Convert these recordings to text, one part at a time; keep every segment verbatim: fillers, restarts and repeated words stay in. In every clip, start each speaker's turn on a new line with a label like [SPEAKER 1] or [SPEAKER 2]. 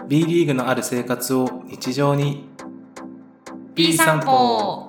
[SPEAKER 1] B リーグのある生活を日常に
[SPEAKER 2] B 散歩。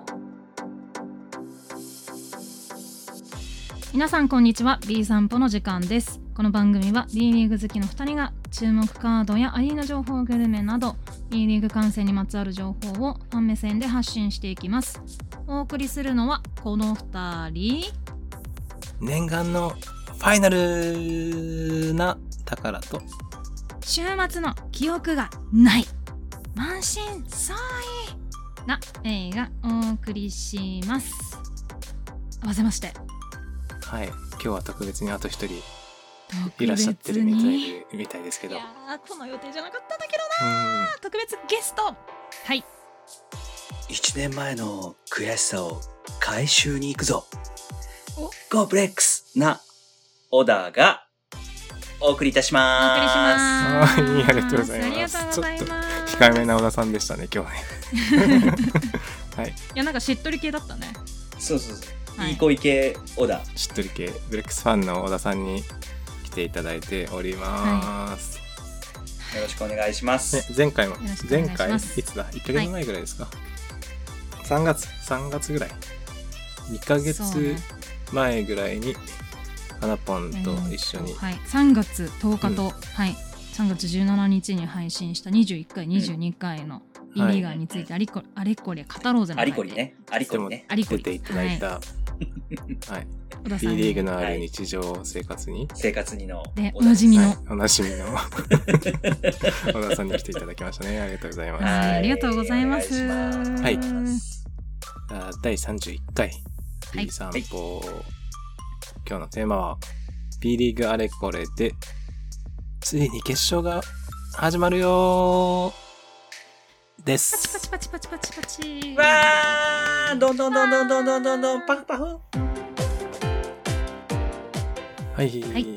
[SPEAKER 2] 皆さんこんにちは。 B 散歩の時間です。この番組は B リーグ好きのふたりが注目カードやアリーナ情報、グルメなど B リーグ観戦にまつわる情報をファン目線で発信していきます。お送りするのはこのふたり。
[SPEAKER 1] 念願のファイナルな宝と
[SPEAKER 2] 週末の記憶がない満身創痍な映画お送りします。合わせまして、
[SPEAKER 1] はい、今日は特別にあと一人いらっしゃってるみたいみたいですけど、
[SPEAKER 2] いやーこの予定じゃなかったんだけどな、うん、特別ゲスト。はい
[SPEAKER 3] いちねんまえの悔しさを回収に行くぞゴーブレックスなオダがお送りいたします。
[SPEAKER 2] お送りします。
[SPEAKER 1] はい、ありがとうございます。
[SPEAKER 2] ありがとうございます。
[SPEAKER 1] ちょっと控えめな小田さんでしたね今日ねはい、い
[SPEAKER 2] やなんかしっとり系だったね。
[SPEAKER 3] そうそうそう、はい、いい声系オダ、
[SPEAKER 1] しっとり系ブレックスファンの小田さんに来ていただいております、
[SPEAKER 3] はい、よろしくお願いします。
[SPEAKER 1] ね、前回も前回いつだいっかげつまえぐらいですか、はい、さんがつさんがつぐらいにかげつまえぐらいに花ポンと一緒に、
[SPEAKER 2] えーはい、さんがつとおかと、うん、はい、さんがつじゅうしちにちに配信したにじゅういっかい、にじゅうにかいのインリーガーについてありこ、はい、あれこれ語ろうぜの
[SPEAKER 3] ありこりね、ありこりね、
[SPEAKER 1] 出ていただいた、はいはい、B リーグのある日常生活に、
[SPEAKER 3] はい、生活にの
[SPEAKER 2] でおなじみの、はい、
[SPEAKER 1] おなじみの小田さんに来ていただきましたね。ありがとうございます。
[SPEAKER 2] はい、ありがとうございます。
[SPEAKER 1] はい、だいさんじゅういっかい B 散歩、はい、今日のテーマは B リーグあれこれでついに決勝が始まるよです。
[SPEAKER 2] パチパチパチパチパチパチ、
[SPEAKER 3] わー、どんどんどんどんどんどんどんどんパフパフ。はい、
[SPEAKER 1] はい、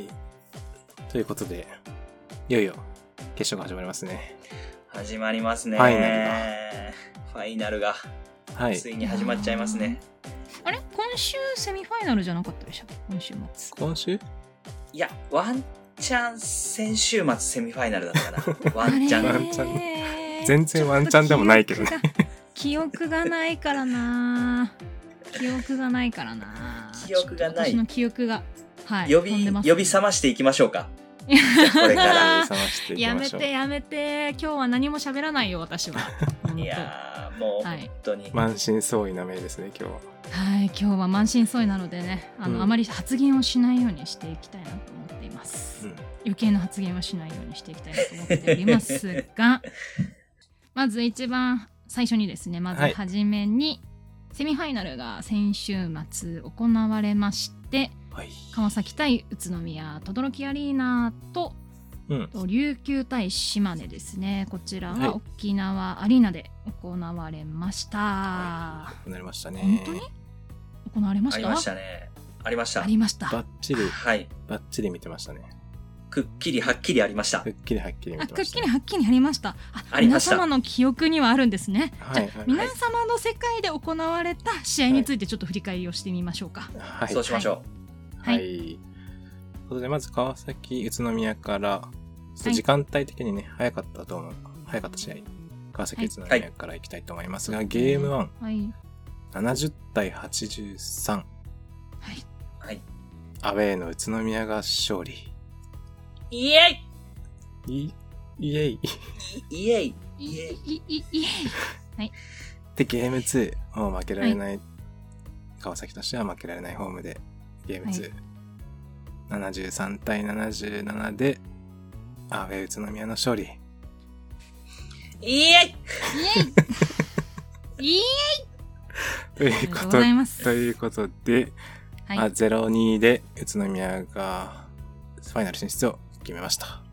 [SPEAKER 1] ということでいよいよ決勝が始まりますね。
[SPEAKER 3] 始まりますね。
[SPEAKER 1] ファイナルが
[SPEAKER 3] ファイナルが、はい、ついに始まっちゃいますね。
[SPEAKER 2] あれ今週セミファイナルじゃなかったでしょ。今週末。
[SPEAKER 1] 今週？い
[SPEAKER 3] や、ワンチャン先週末セミファイナルだったかな。ワンチャン。ワンチャ
[SPEAKER 1] ン。全然ワンチャンでもないけどね。
[SPEAKER 2] 記憶がないからな。記憶がないからな。
[SPEAKER 3] 記憶がない。
[SPEAKER 2] 私の記憶が、はい、
[SPEAKER 3] 呼び呼び覚ましていきましょうか。これから
[SPEAKER 2] やめてやめて、今日は何も喋らないよ私は。
[SPEAKER 3] いやーもう本当に、はい、
[SPEAKER 1] 満身創痍な目ですね今日は。
[SPEAKER 2] はい、今日は満身創痍なのでね、あの、うん、あまり発言をしないようにしていきたいなと思っています、うん、余計な発言はしないようにしていきたいなと思っておりますがまず一番最初にですね、まずはじめに、はい、セミファイナルが先週末行われまして、はい、川崎対宇都宮等々力アリーナと、うん、琉球対島根ですね。こちらは沖縄アリーナで行われました、は
[SPEAKER 1] い、行われましたね。
[SPEAKER 2] 本当に行われました。
[SPEAKER 3] ありましたね。ありました。
[SPEAKER 2] ありました。
[SPEAKER 1] バッチリ、
[SPEAKER 3] はい、
[SPEAKER 1] バッチリ見てましたね。
[SPEAKER 3] くっきりはっきりありました。
[SPEAKER 1] くっきりはっきり見てました、ね。
[SPEAKER 2] あ、くっきりはっきりありました。あ、
[SPEAKER 3] ありました。
[SPEAKER 2] 皆様の記憶にはあるんですね。
[SPEAKER 1] はいはいはい、
[SPEAKER 2] じゃあ皆様の世界で行われた試合についてちょっと振り返りをしてみましょうか。
[SPEAKER 3] はい、そうしましょ
[SPEAKER 1] う。はい。はい。ということでまず川崎宇都宮から時間帯的にね、はい、早かったと思う。早かった試合。川崎宇都宮からいきたいと思いますが、はい、ゲームワン、はい、ななじゅうたいはちじゅうさん。
[SPEAKER 2] はい。
[SPEAKER 3] はい。
[SPEAKER 1] アウェーの宇都宮が勝利。
[SPEAKER 3] イエ
[SPEAKER 1] イイイエイ
[SPEAKER 3] イエイ
[SPEAKER 2] イエイイエイイエイはい。
[SPEAKER 1] で、ゲームツー、もう負けられない、はい、川崎としては負けられないホームで、ゲームツー、はい、ななじゅうさんたいななじゅうななで、アウェー宇都宮の勝利。
[SPEAKER 3] イエイ
[SPEAKER 2] イエイイエイ
[SPEAKER 1] ということ、ということで、はい、あ ゼロたいに で宇都宮がファイナル進出を決めました。はい、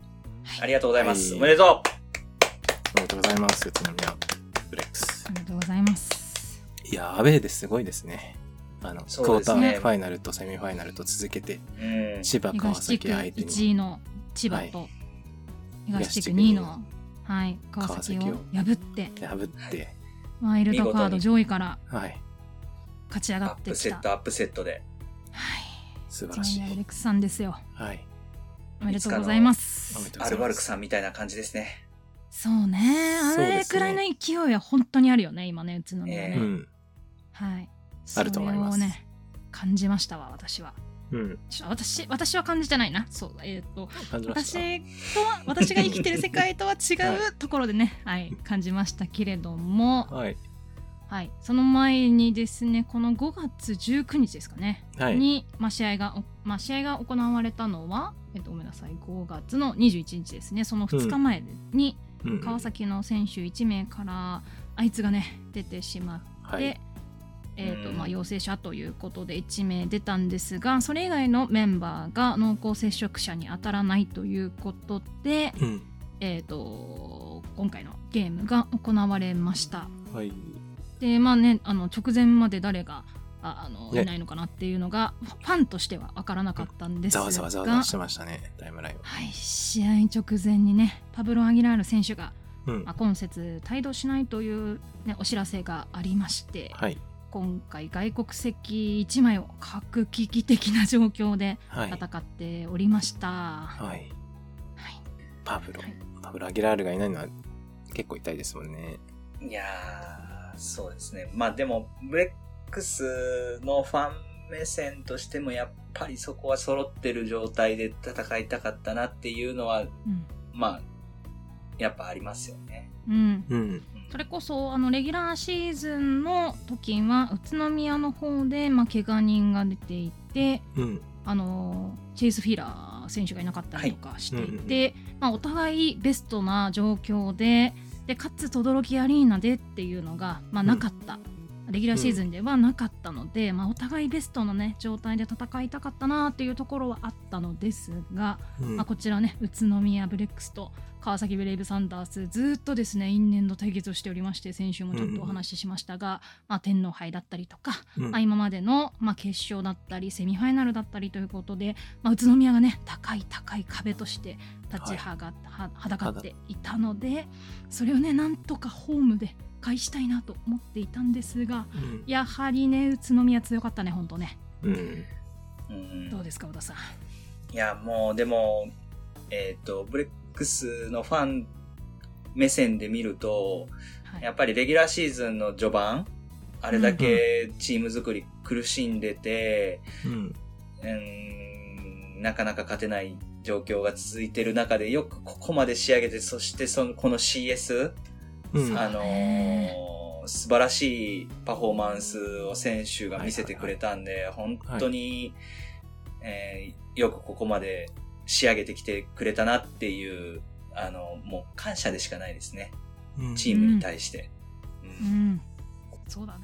[SPEAKER 3] ありがとうございます。はい、おめでとう。
[SPEAKER 1] おめでとうございます。宇都宮ブレックス。
[SPEAKER 2] ありがとうございます。
[SPEAKER 1] いや、アウェーですごいですね。あの、クォーターファイナルとセミファイナルと続けて、うん、千葉、川崎相手に。
[SPEAKER 2] いちいの千葉と、はい、東地区にいの、はい、川崎を破って、
[SPEAKER 1] 破って、
[SPEAKER 2] ワイルドカード上位から勝ち上がってきた。
[SPEAKER 3] アップセット、アップセットで。
[SPEAKER 2] はい。
[SPEAKER 1] 素晴らしい。
[SPEAKER 2] アレックスさんですよ。
[SPEAKER 1] はい。
[SPEAKER 2] おめでとうございます。
[SPEAKER 3] アルバルクさんみたいな感じですね。
[SPEAKER 2] そうね。あれくらいの勢いは本当にあるよね、今ね、宇都宮ね。
[SPEAKER 1] うん、
[SPEAKER 2] はい。
[SPEAKER 1] あると思います。
[SPEAKER 2] それをね、感じましたわ、私は。
[SPEAKER 1] うん、
[SPEAKER 2] 私私は感じてないな。そうえっ、ー、と
[SPEAKER 1] 私
[SPEAKER 2] とは私が生きてる世界とは違うところでね、はい、はい、感じましたけれども、
[SPEAKER 1] はい、
[SPEAKER 2] はい、その前にですね、このごがつじゅうくにちですかね、はい、に、まあ、試合が、まあ、試合が行われたのは、えっと、ごめんなさい、ごがつのにじゅういちにちですね。そのふつかまえに、うん、川崎の選手いちめいからあいつがね出てしまって、はい、えーとまあ、陽性者ということでいちめい出たんですが、それ以外のメンバーが濃厚接触者に当たらないということで、うん、えーと今回のゲームが行われました。
[SPEAKER 1] はい、
[SPEAKER 2] でまあね、あの直前まで誰がああの、ね、いないのかなっていうのがファンとしては分からなかったんですが、
[SPEAKER 1] ざわざわざわざわしてましたね、タイムラインは。
[SPEAKER 2] はい、試合直前にね、パブロ・アギラール選手が、うんまあ、今節帯同しないという、ね、お知らせがありまして、はい、今回外国籍いちまいを核危機的な状況で戦っておりました。はいはいはい、
[SPEAKER 1] パブロ、はい、パブロ・アギラールがいないのは結構痛いですもんね。
[SPEAKER 3] いやー、そうですね。まあでもブレックスのファン目線としてもやっぱりそこは揃ってる状態で戦いたかったなっていうのは、うん、まあやっぱありますよね。
[SPEAKER 2] うん、うんそれこそあのレギュラーシーズンの時は宇都宮の方で、まあ、怪我人が出ていて、うん、あのチェイス・フィーラー選手がいなかったりとかしていて、はいうんうんまあ、お互いベストな状況 で, でかつ轟アリーナでっていうのが、まあ、なかった、うん、レギュラーシーズンではなかったので、うんまあ、お互いベストの、ね、状態で戦いたかったなっていうところはあったのですが、うんまあ、こちらね宇都宮ブレックスと川崎ブレイブサンダースずっとですね因縁の対決をしておりまして、先週もちょっとお話ししましたが、うんまあ、天皇杯だったりとか、うんまあ、今までの、まあ、決勝だったりセミファイナルだったりということで、まあ、宇都宮がね高い高い壁として立ちはが、はい、はだかっていたので、それをねなんとかホームで返したいなと思っていたんですが、うん、やはりね宇都宮強かったね本当ね、うんうん、どうですか小田さん。
[SPEAKER 3] いやもうでもえっ、ー、とブレックスのファン目線で見ると、はい、やっぱりレギュラーシーズンの序盤あれだけチーム作り苦しんでて、うんうんうん、なかなか勝てない状況が続いてる中でよくここまで仕上げて、そしてそのこの シーエス、うんあのー、素晴らしいパフォーマンスを選手が見せてくれたんで、はいはいはい、本当に、はいえー、よくここまで仕上げてきてくれたなっていう、あの、もう感謝でしかないですね。うん、チームに対して。
[SPEAKER 2] うん。うん、そうだね。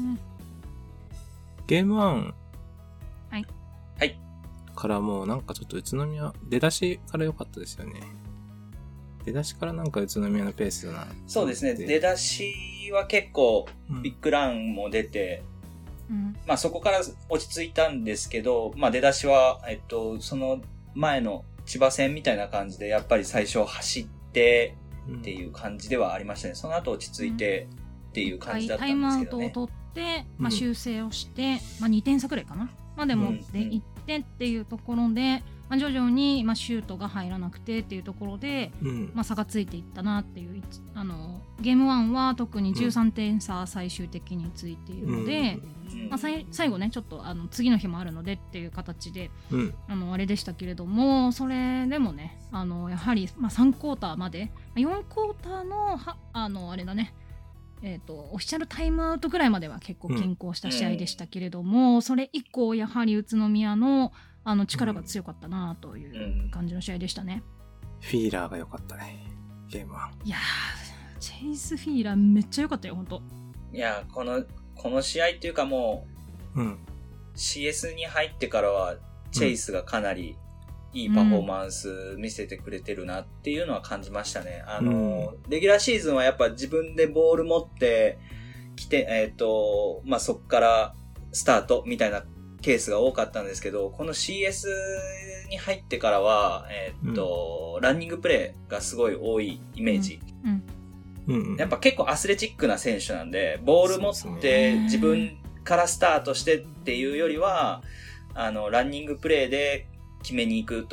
[SPEAKER 1] ゲームワン。
[SPEAKER 2] はい。
[SPEAKER 3] はい。
[SPEAKER 1] からもうなんかちょっと宇都宮、出だしから良かったですよね。出だしからなんか宇都宮のペースだな。
[SPEAKER 3] そうですね。出だしは結構ビッグランも出て、うん、まあそこから落ち着いたんですけど、まあ出だしは、えっと、その、前の千葉戦みたいな感じでやっぱり最初走ってっていう感じではありましたね。その後落ち着いてっていう感じだったんですけどね。
[SPEAKER 2] タイムアウトを取って、まあ、修正をして、うんまあ、にてん差くらいかなまで持っていってっていうところで、まあ、徐々にまあシュートが入らなくてっていうところで、うんまあ、差がついていったなっていう、あのゲームワンは特にじゅうさんてん差最終的についているので、うんまあ、最後ねちょっとあの次の日もあるのでっていう形で、うん、あのあれでしたけれども、それでもねあのやはりまあさんクォーターまでよんクォーターのはあのあれだねえーと、オフィシャルタイムアウトぐらいまでは結構均衡した試合でしたけれども、うん、それ以降やはり宇都宮の、あの力が強かったなという感じの試合でしたね、
[SPEAKER 1] うん、フィーラーが良かったねゲームは。
[SPEAKER 2] いやーチェイスフィーラーめっちゃ良かったよ本当。
[SPEAKER 3] いやこのこの試合っていうかもう、うん、シーエス に入ってからはチェイスがかなりいいパフォーマンス見せてくれてるなっていうのは感じましたね。あの、うん、レギュラーシーズンはやっぱ自分でボール持ってきて、えっと、まあ、そっからスタートみたいなケースが多かったんですけど、この シーエス に入ってからは、えっと、うん、ランニングプレーがすごい多いイメージ。うんうん、やっぱ結構アスレチックな選手なんで、ボール持って自分からスタートしてっていうよりは、あの、ランニングプレーで決めに行くとか、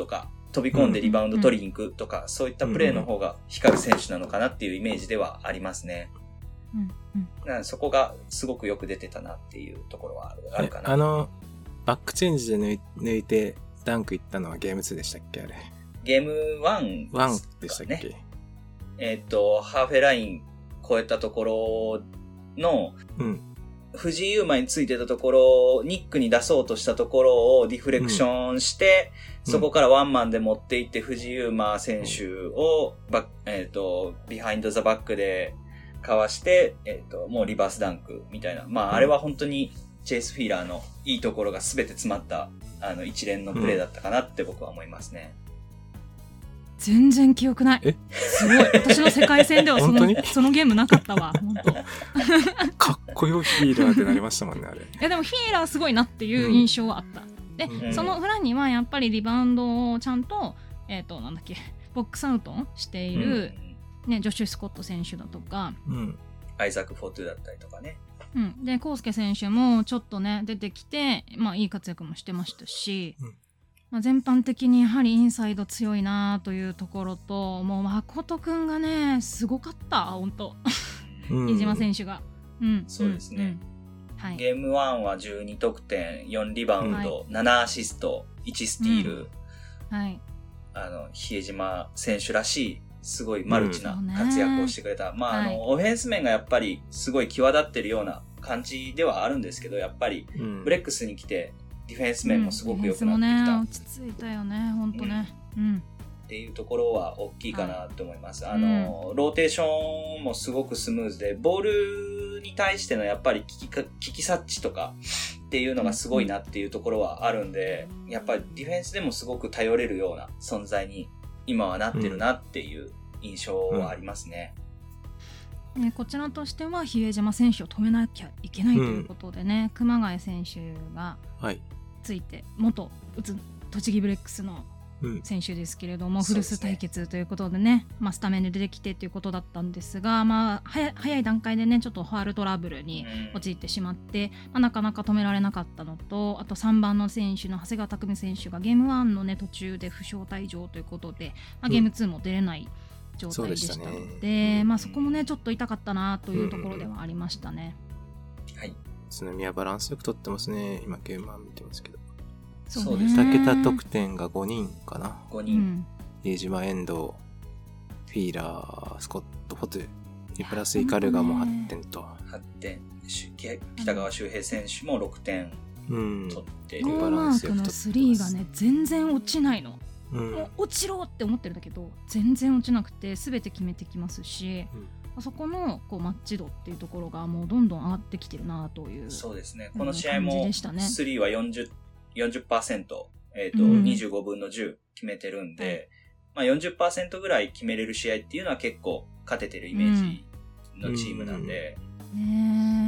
[SPEAKER 3] 飛び込んでリバウンド取りに行くとか、うん、そういったプレーの方が光る選手なのかなっていうイメージではありますね。うんうん、だからそこがすごくよく出てたなっていうところはあるかな。
[SPEAKER 1] あのバックチェンジで抜い、抜いてダンクいったのはゲームツーでしたっけあれ。
[SPEAKER 3] ゲームワン、
[SPEAKER 1] ワンでしたっけ。
[SPEAKER 3] えっとハーフェライン超えたところの、うん、藤井優馬についてたところをニックに出そうとしたところをディフレクションして、うん、そこからワンマンで持っていって藤井優馬選手をバッ、えっとビハインドザバックでかわして、えっともうリバースダンクみたいな、まああれは本当にチェイス・フィーラーのいいところが全て詰まったあの一連のプレーだったかなって僕は思いますね。
[SPEAKER 2] 全然記憶ない。えすごい。私の世界線ではそのそのゲームなかったわ。本当。
[SPEAKER 1] かっこよヒーラーってなりましたもんねあれ。い
[SPEAKER 2] やでもヒーラーすごいなっていう印象はあった。うん、で、うん、その裏にはやっぱりリバウンドをちゃんとえっとなんだっけボックスアウトしている、うん、ねジョシュ・スコット選手だとか、うん、
[SPEAKER 3] アイザック・フォートゥだったりとかね。
[SPEAKER 2] うん、でコウスケ選手もちょっとね出てきて、まあ、いい活躍もしてましたし、うんまあ、全般的にやはりインサイド強いなというところともう誠くんがねすごかった本当飯島選手が、
[SPEAKER 3] うん、そうですね、うんはい、ゲームワンはじゅうに得点よんリバウンド、はい、ななアシストいちスティール、うんはい、あの比江島選手らしいすごいマルチな活躍をしてくれた、うん、まああの、はい、オフェンス面がやっぱりすごい際立ってるような感じではあるんですけどやっぱりブレックスに来てディフェンス面もすごく良くなってきた、うん、
[SPEAKER 2] ね、落ち着いたよね本当ね、うんうん、
[SPEAKER 3] っていうところは大きいかなと思います、はい、あの、うん、ローテーションもすごくスムーズでボールに対してのやっぱり危機、危機察知とかっていうのがすごいなっていうところはあるんで、やっぱりディフェンスでもすごく頼れるような存在に今はなってるなっていう印象はありますね、
[SPEAKER 2] うんね、こちらとしては比江島選手を止めなきゃいけないということでね、うん、熊谷選手がついて、はい、元栃木ブレックスの選手ですけれども、うん、フルス対決ということでね、まあ、スタメンで出てきてということだったんですが、まあ、早, 早い段階でねちょっとファウルトラブルに陥ってしまって、まあ、なかなか止められなかったのと、あとさんばんの選手の長谷川拓実選手がゲームワンの、ね、途中で負傷退場ということで、まあ、ゲームツーも出れない状態でしたの で,、うん、で、まあ、そこもねちょっと痛かったなというところではありましたね、
[SPEAKER 1] うん、はい。宇都宮バランスよく取ってますね。今ゲームワン見てますけど、
[SPEAKER 2] そうです
[SPEAKER 1] ね、に桁得点がごにんかな。
[SPEAKER 3] ごにん。
[SPEAKER 1] 比江島、遠藤、フィーラー、スコット、フォトゥ、プラスイカルガもはってんと。
[SPEAKER 3] はってん。北川周平選手もろくてん取ってる。
[SPEAKER 2] ノーマークのスリーがね、全然落ちないの。うん、もう落ちろって思ってるんだけど、全然落ちなくて、すべて決めてきますし、うん、あそこのこうマッチ度っていうところがもうどんどん上がってきてるなという。
[SPEAKER 3] そうですね。この試合もスリーはよんじゅう、よんじゅっパーセント、えっと、うん、にじゅうごぶんのじゅう決めてるんで、うんまあ、よんじゅっパーセント ぐらい決めれる試合っていうのは結構勝ててるイメージのチームなんで、うん、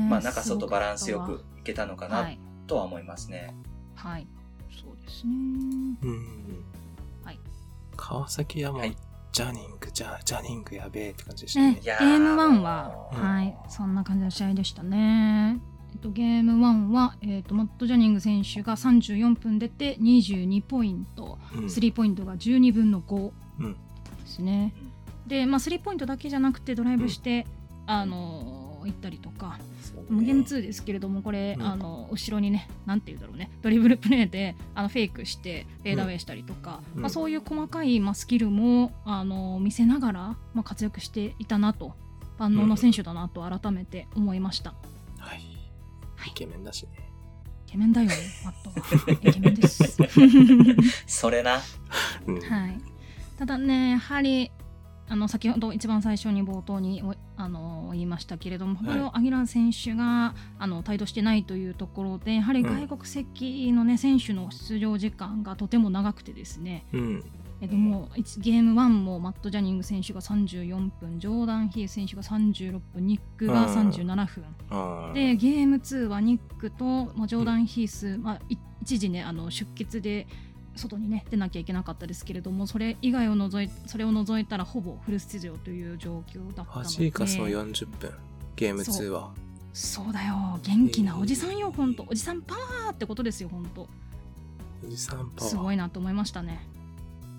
[SPEAKER 3] まあ中外バランスよくいけたのかなとは思いますね。
[SPEAKER 2] はい、はい、そうですね。うん、
[SPEAKER 1] はい。川崎はもう、はい、ジャニングジャジャニングやべえって感じでしたね。ね、
[SPEAKER 2] ゲームワンは、うん、はいそんな感じの試合でしたね。えっと、ゲームワンは、えっと、マット・ジャニング選手がさんじゅうよんぷん出てにじゅうにポイント、うん、スリーポイントがじゅうにぶんのごですね、うん、で、まあ、スリーポイントだけじゃなくてドライブして、うん、あの行ったりとか、ゲームツーですけれどもこれ、うん、あの後ろにねなんていうんだろうねドリブルプレーであのフェイクしてフェーダーウェイしたりとか、うんまあ、そういう細かい、まあ、スキルもあの見せながら、まあ、活躍していたなと万能な選手だなと改めて思いました、
[SPEAKER 1] うんはいイケメンだしね。
[SPEAKER 2] イケメンだよね、マットは。イケメンです。
[SPEAKER 3] それな。はい。
[SPEAKER 2] ただね、やはりあの先ほど一番最初に冒頭にあの言いましたけれども、これをアギラー選手があの帯同してないというところで、やはり外国籍のね、うん、選手の出場時間がとても長くてですね。うんえっと、もうゲームワンもマット・ジャニング選手がさんじゅうよんぷん、ジョーダン・ヒー選手がさんじゅうろっぷん、ニックがさんじゅうななふんで、ゲームツーはニックと、まあ、ジョーダン・ヒース、まあ、一時、ね、あの出血で外に、ね、出なきゃいけなかったですけれども、それ以外を除いそれを除いたらほぼフル出場という状況だったので、
[SPEAKER 1] ファジーカスもよんじゅっぷん、ゲームツーは
[SPEAKER 2] そう、そうだよ、元気なおじさんよ、ほんとおじさんパワーってことですよ、ほんと
[SPEAKER 1] おじさんパワー
[SPEAKER 2] すごいなと思いましたね。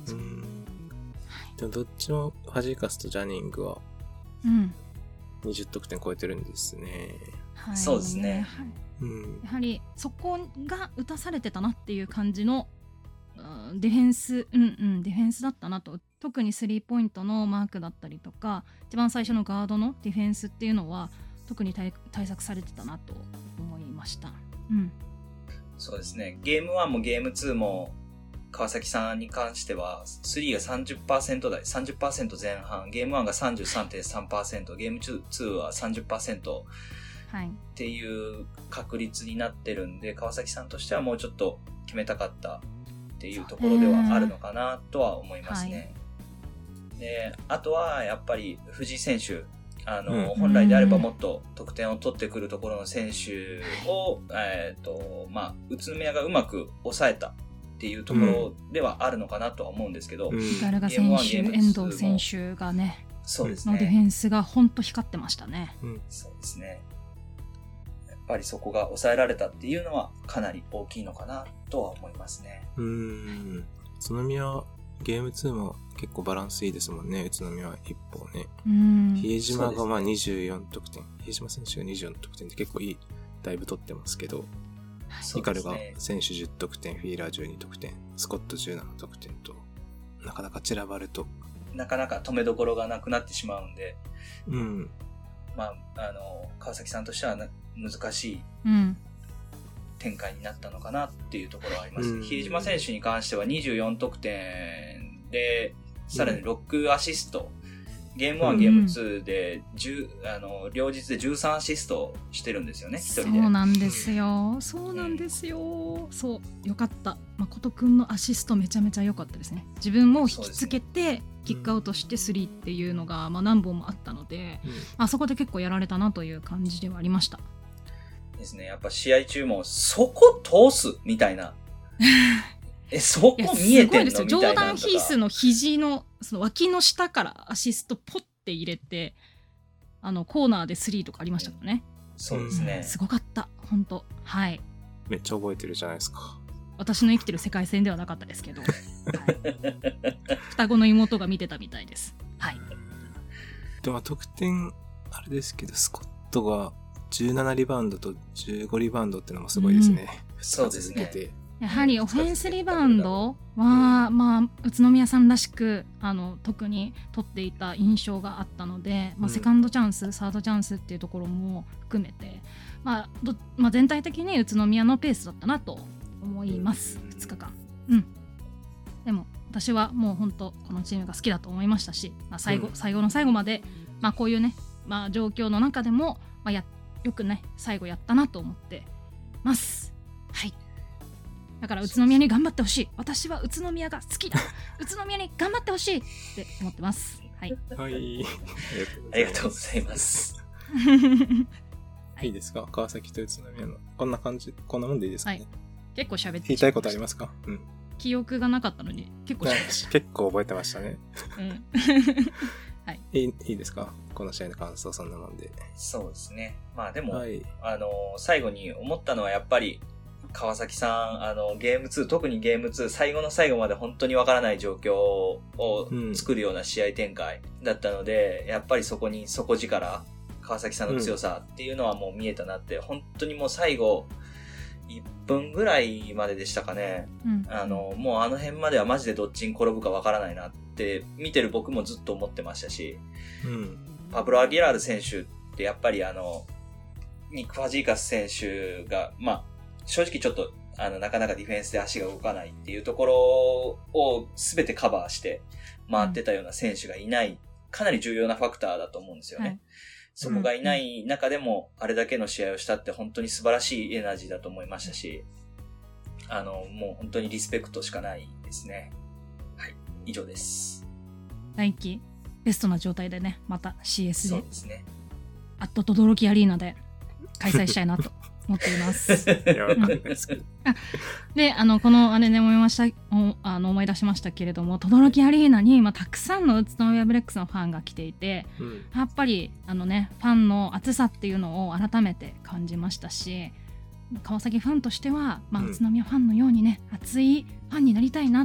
[SPEAKER 2] じ、うん、
[SPEAKER 1] でもどっちもファジーカスとジャニングはにじゅってん超えてるんですね、
[SPEAKER 3] はい、そうですね、
[SPEAKER 2] はい、うん、やはりそこが打たされてたなっていう感じのディフェンス、うんうん、ディフェンスだったなと。特にスリーポイントのマークだったりとか一番最初のガードのディフェンスっていうのは特に 対, 対策されてたなと思いました、うん、
[SPEAKER 3] そうですね。ゲームワンもゲームツーも川崎さんに関してはスリーが さんじゅっパーセント 台 さんじゅっパーセント 前半、ゲームワンが さんじゅうさんてんさんパーセント、 ゲームツーは さんじゅっパーセント っていう確率になってるんで、川崎さんとしてはもうちょっと決めたかったっていうところではあるのかなとは思いますね、はい、であとはやっぱり藤井選手、あの、うん、本来であればもっと得点を取ってくるところの選手を、えっと、まあ、宇都宮がうまく抑えたっていうところではあるのかなとは思うんですけど、
[SPEAKER 2] ガルガ選手、遠藤選手がね、
[SPEAKER 3] そうですね、
[SPEAKER 2] のディフェンスが本当光ってましたね、
[SPEAKER 3] うん、そうですね。やっぱりそこが抑えられたっていうのはかなり大きいのかなとは思いますね。
[SPEAKER 1] うーん、宇都宮ゲームツーも結構バランスいいですもんね。宇都宮は一方ね。うん、比江島がまあにじゅうよん得点、比江島選手がにじゅうよん得点で結構いい、だいぶ取ってますけど、イカルが選手じゅっ得点、フィーラーじゅうに得点、スコットじゅうなな得点と、なかなか散らばると
[SPEAKER 3] なかなか止めどころがなくなってしまうんで、
[SPEAKER 1] うん、
[SPEAKER 3] まああの川崎さんとしてはな難しい展開になったのかなっていうところはあります、うん、比江島選手に関してはにじゅうよん得点でさらにろくアシスト、うん、ゲームワン、うん、ゲームツーでじゅうあの両日でじゅうさんアシストしてるんですよね、一人で。
[SPEAKER 2] そうなんですよ、うん、そうなんですよ、うん、そうよかった。誠くんのアシストめちゃめちゃ良かったですね。自分も引きつけてキックアウトしてスリーっていうのが、まあ、何本もあったので、うん、あそこで結構やられたなという感じではありました
[SPEAKER 3] ですね。やっぱ試合中もそこ通すみたいなえそこ見えてんのみたいな。すごいですよ。
[SPEAKER 2] ジョーダン・ヒースの肘のその脇の下からアシストポッて入れて、あのコーナーでスリーとかありましたからね、
[SPEAKER 3] うん、そうですね、
[SPEAKER 2] うん、すごかった本当。はい、
[SPEAKER 1] めっちゃ覚えてるじゃないですか。
[SPEAKER 2] 私の生きてる世界線ではなかったですけど、はい、双子の妹が見てたみたいです。はい。
[SPEAKER 1] でも得点あれですけど、スコットがじゅうななリバウンドとじゅうごリバウンドってのもすごいですね、
[SPEAKER 3] うん、そうですね。
[SPEAKER 2] やはりオフェンスリバウンドは、まあ、宇都宮さんらしくあの特に取っていた印象があったので、まあ、セカンドチャンス、うん、サードチャンスっていうところも含めて、まあどまあ、全体的に宇都宮のペースだったなと思います。ふつかかん、うん、でも私はもう本当このチームが好きだと思いましたし、まあ、最後、うん、最後の最後まで、まあ、こういうね、まあ、状況の中でも、まあ、やよくね最後やったなと思ってます。はい。だから宇都宮に頑張ってほしい。私は宇都宮が好きだ。宇都宮に頑張ってほしいって思ってます。はい。
[SPEAKER 1] はい。
[SPEAKER 3] ありがとうございます。
[SPEAKER 1] いいですか、川崎と宇都宮のこんな感じ、こんなもんでいいですかね。はい、
[SPEAKER 2] 結構喋って。
[SPEAKER 1] 言いたいことありますか？うん。
[SPEAKER 2] 記憶がなかったのに結構喋ってました。
[SPEAKER 1] 結構覚えてましたね。
[SPEAKER 2] うん。はい。
[SPEAKER 1] いい、いいですか？この試合の感想そんなもんで。
[SPEAKER 3] そうですね。まあでも、はい、あの最後に思ったのはやっぱり。川崎さん、あの、ゲームツー、特にゲームツー、最後の最後まで本当にわからない状況を作るような試合展開だったので、うん、やっぱりそこに底力、川崎さんの強さっていうのはもう見えたなって、うん、本当にもう最後、いっぷんぐらいまででしたかね。うん、あの、もうあの辺まではマジでどっちに転ぶかわからないなって、見てる僕もずっと思ってましたし、うん、パブロ・アギラール選手ってやっぱりあの、ニック・ファジーカス選手が、まあ、正直ちょっとあのなかなかディフェンスで足が動かないっていうところを全てカバーして回ってたような選手がいない、うん、かなり重要なファクターだと思うんですよね、はい、そこがいない中でもあれだけの試合をしたって本当に素晴らしいエナジーだと思いましたし、あのもう本当にリスペクトしかないですね。はい、以上です。
[SPEAKER 2] 来季ベストな状態でね、また シーエス で
[SPEAKER 3] そうですね、
[SPEAKER 2] アットとどろきアリーナで開催したいなと思っています。いや、わかんないですけど。で、あのこのあれで思いました、あの思い出しましたけれども、とどろきアリーナに、まあ、たくさんの宇都宮ブレックスのファンが来ていて、うん、やっぱりあのねファンの熱さっていうのを改めて感じましたし、川崎ファンとしては、まあ、宇都宮ファンのようにね、熱いファンになりたいなと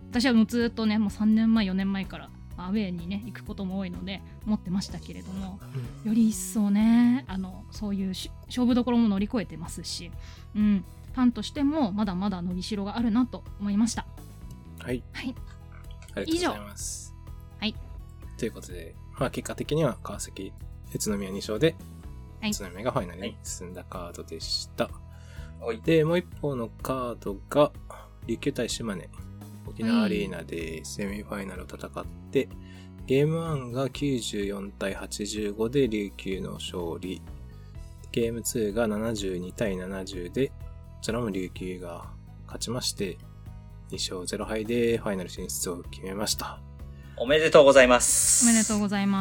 [SPEAKER 2] 私はもうずっとねもうさんねんまえよねんまえからアウェーにね行くことも多いので持ってましたけれども、より一層ねあのそういう勝負どころも乗り越えてますし、うん、ファンとしてもまだまだ伸びしろがあるなと思いました。
[SPEAKER 1] はい、
[SPEAKER 2] はい、
[SPEAKER 1] ありがとうございます。
[SPEAKER 2] はい、
[SPEAKER 1] ということで、まあ、結果的には川崎宇都宮に勝で、はい、宇都宮がファイナルに進んだカードでした。はい、でもう一方のカードが琉球対島根沖縄アリーナでセミファイナルを戦って、はい、ゲームワンがきゅうじゅうよんたいはちじゅうごで琉球の勝利、ゲームツーがななじゅうにたいななじゅうでこちらも琉球が勝ちましてに勝ゼロ敗でファイナル進出を決めました。
[SPEAKER 3] おめでとうございます。
[SPEAKER 2] おめでとうございます。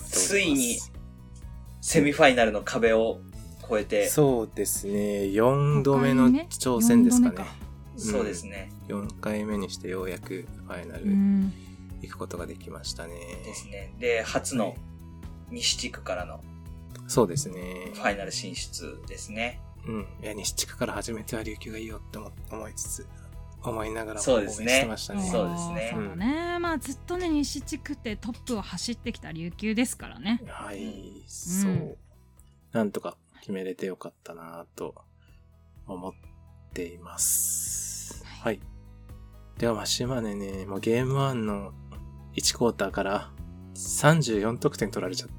[SPEAKER 3] ついにセミファイナルの壁を越えて、
[SPEAKER 1] そうですね、よんどめの挑戦ですかね。
[SPEAKER 3] うん、そうですね。
[SPEAKER 1] よんかいめにしてようやくファイナル行くことができましたね。
[SPEAKER 3] ですね。で、初の西地区からの、
[SPEAKER 1] そうですね。
[SPEAKER 3] ファイナル進出ですね。
[SPEAKER 1] うん。いや、西地区から初めては琉球がいいよって思いつつ、思いながら
[SPEAKER 3] 応援して
[SPEAKER 1] ましたね。
[SPEAKER 3] そうですね。
[SPEAKER 2] そうだね。まあずっとね西地区ってトップを走ってきた琉球ですからね。
[SPEAKER 1] はい、うん、そう。なんとか決めれてよかったなと思っています。はい。ではまあ島根ね、もうゲームワンのいちクォーターからさんじゅうよんとくてん取られちゃって。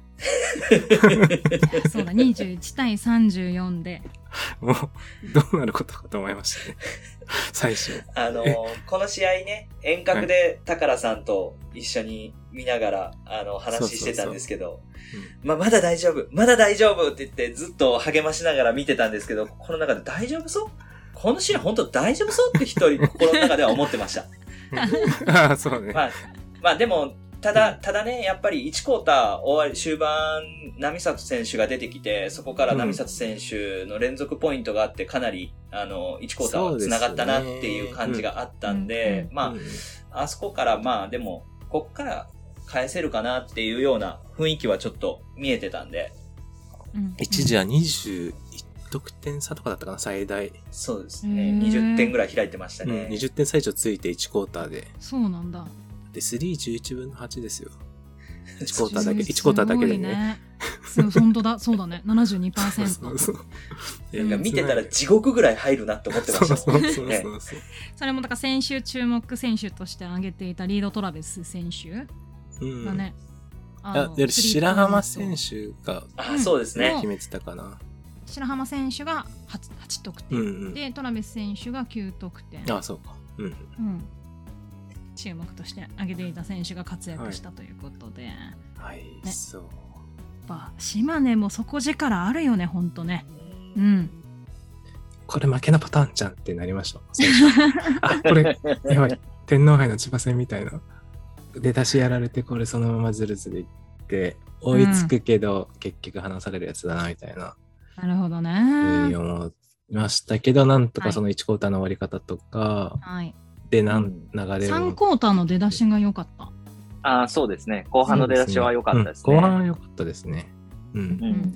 [SPEAKER 2] そうだ、にじゅういちたいさんじゅうよんで。
[SPEAKER 1] もう、どうなることかと思いましたね。最初。
[SPEAKER 3] あのー、この試合ね、遠隔で宝さんと一緒に見ながら、あの、話してたんですけど、まあ、まだ大丈夫、まだ大丈夫って言ってずっと励ましながら見てたんですけど、この中で大丈夫そうこの試合本当大丈夫そうって一人心の中では思ってました。
[SPEAKER 1] ああ、そうね。
[SPEAKER 3] まあ、まあでも、ただ、ただね、やっぱりいちクォーター終わり、終盤、並里選手が出てきて、そこから並里選手の連続ポイントがあって、かなり、あの、いちクォーターは繋がったなっていう感じがあったんで、まあ、あそこからまあ、でも、こっから返せるかなっていうような雰囲気はちょっと見えてたんで。
[SPEAKER 1] 一時はにじゅういち得点差とかだったかな、最大。
[SPEAKER 3] そうですね。にじゅってんぐらい開いてましたね。
[SPEAKER 1] うん、にじゅってん差以上ついていちクォーターで。
[SPEAKER 2] そうなんだ。
[SPEAKER 1] で、スリーじゅういちぶんのはちですよ。いちクォーターだけ、いちクォーターだけでね。
[SPEAKER 2] そう、本当だ、そうだね。ななじゅうにパーセント。そうそう
[SPEAKER 3] そう。なんか見てたら地獄ぐらい入るなって思ってましたもんね。そうそうそう
[SPEAKER 2] そう。それもだから先週注目選手として挙げていたリード・トラベス選手がね。
[SPEAKER 1] うん、ああ白浜選手が、
[SPEAKER 3] あ、そうですね。
[SPEAKER 1] 決めてたかな。
[SPEAKER 2] 白浜選手が 8, はち得点、うんうん、でトラベス選手がきゅう得点。
[SPEAKER 1] あ、そうか。うん。うん、
[SPEAKER 2] 注目として挙げていた選手が活躍したということで、
[SPEAKER 1] はい、はいね、そう。や
[SPEAKER 2] っぱ島根も底力あるよね、ほんとね。うん。
[SPEAKER 1] これ負けなパターンじゃんってなりました。あ、これやばい、天皇杯の千葉戦みたいな出だしやられて、これそのままズルズルいって追いつくけど、うん、結局離されるやつだなみたいな。
[SPEAKER 2] なるほどね。
[SPEAKER 1] ふうに思いましたけど、なんとかそのいちクォーターの終わり方とか。はい。で、なん流れを。
[SPEAKER 2] さんクォーターの出だしが良かった。
[SPEAKER 3] ああ、そうですね。後半の出だしは良かったですね。
[SPEAKER 1] うん、後半は良かったですね。うん。うん、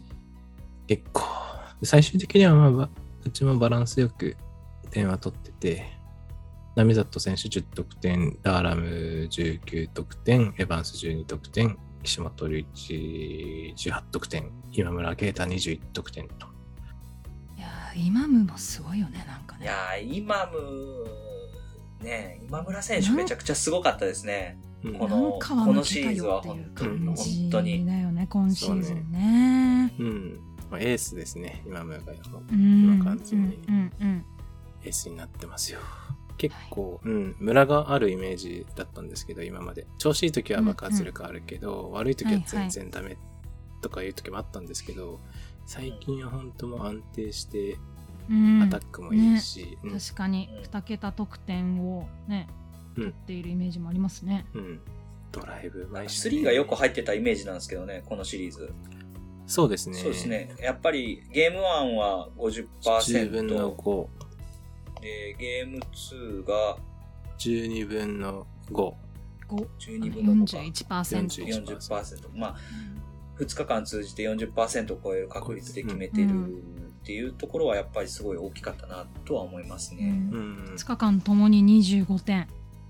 [SPEAKER 1] 結構。最終的には、まあ、うちもバランスよく点は取ってて、並里選手じゅっ得点、ダーラムじゅうきゅう得点、エヴァンスじゅうに得点、岸本隆一じゅうはち得点、今村啓太にじゅういち得点と。
[SPEAKER 2] いやー、イマムもすごいよね、なんかね。
[SPEAKER 3] いやー、イマム、ね、今村選手めちゃくちゃすごかったですね。この、このシーズンは本当に。本当に。
[SPEAKER 2] だよね、今シーズンね。
[SPEAKER 1] うん。まあ、エースですね、今村が。今完全にエースになってますよ。結構、うん、ムラがあるイメージだったんですけど、今まで。調子いい時は爆発力あるけど、うんうん、悪い時は全然ダメとかいう時もあったんですけど、はいはい、最近は本当も安定して、うん、アタックもいいし、
[SPEAKER 2] ね、うん、確かにに桁得点をね、取っているイメージもありますね。
[SPEAKER 1] うん。うん、ドライブ、
[SPEAKER 3] 毎週、ね。スリーがよく入ってたイメージなんですけどね、このシリーズ。
[SPEAKER 1] そうですね。
[SPEAKER 3] そうですね。やっぱりゲームワンは ごじゅっパーセント。
[SPEAKER 1] じゅうぶんのご。
[SPEAKER 3] で、ゲームツーが
[SPEAKER 1] じゅうにぶんのご。
[SPEAKER 2] ご。
[SPEAKER 3] じゅうにぶんのごか。
[SPEAKER 2] よんじゅういちパーセント。
[SPEAKER 3] よんじゅっパーセント。まあ、ふつかかん通じて よんじゅっパーセント を超える確率で決めてるっていうところはやっぱりすごい大きかったなとは思いますね。
[SPEAKER 2] うんうん、ふつかかんともににじゅうごてん。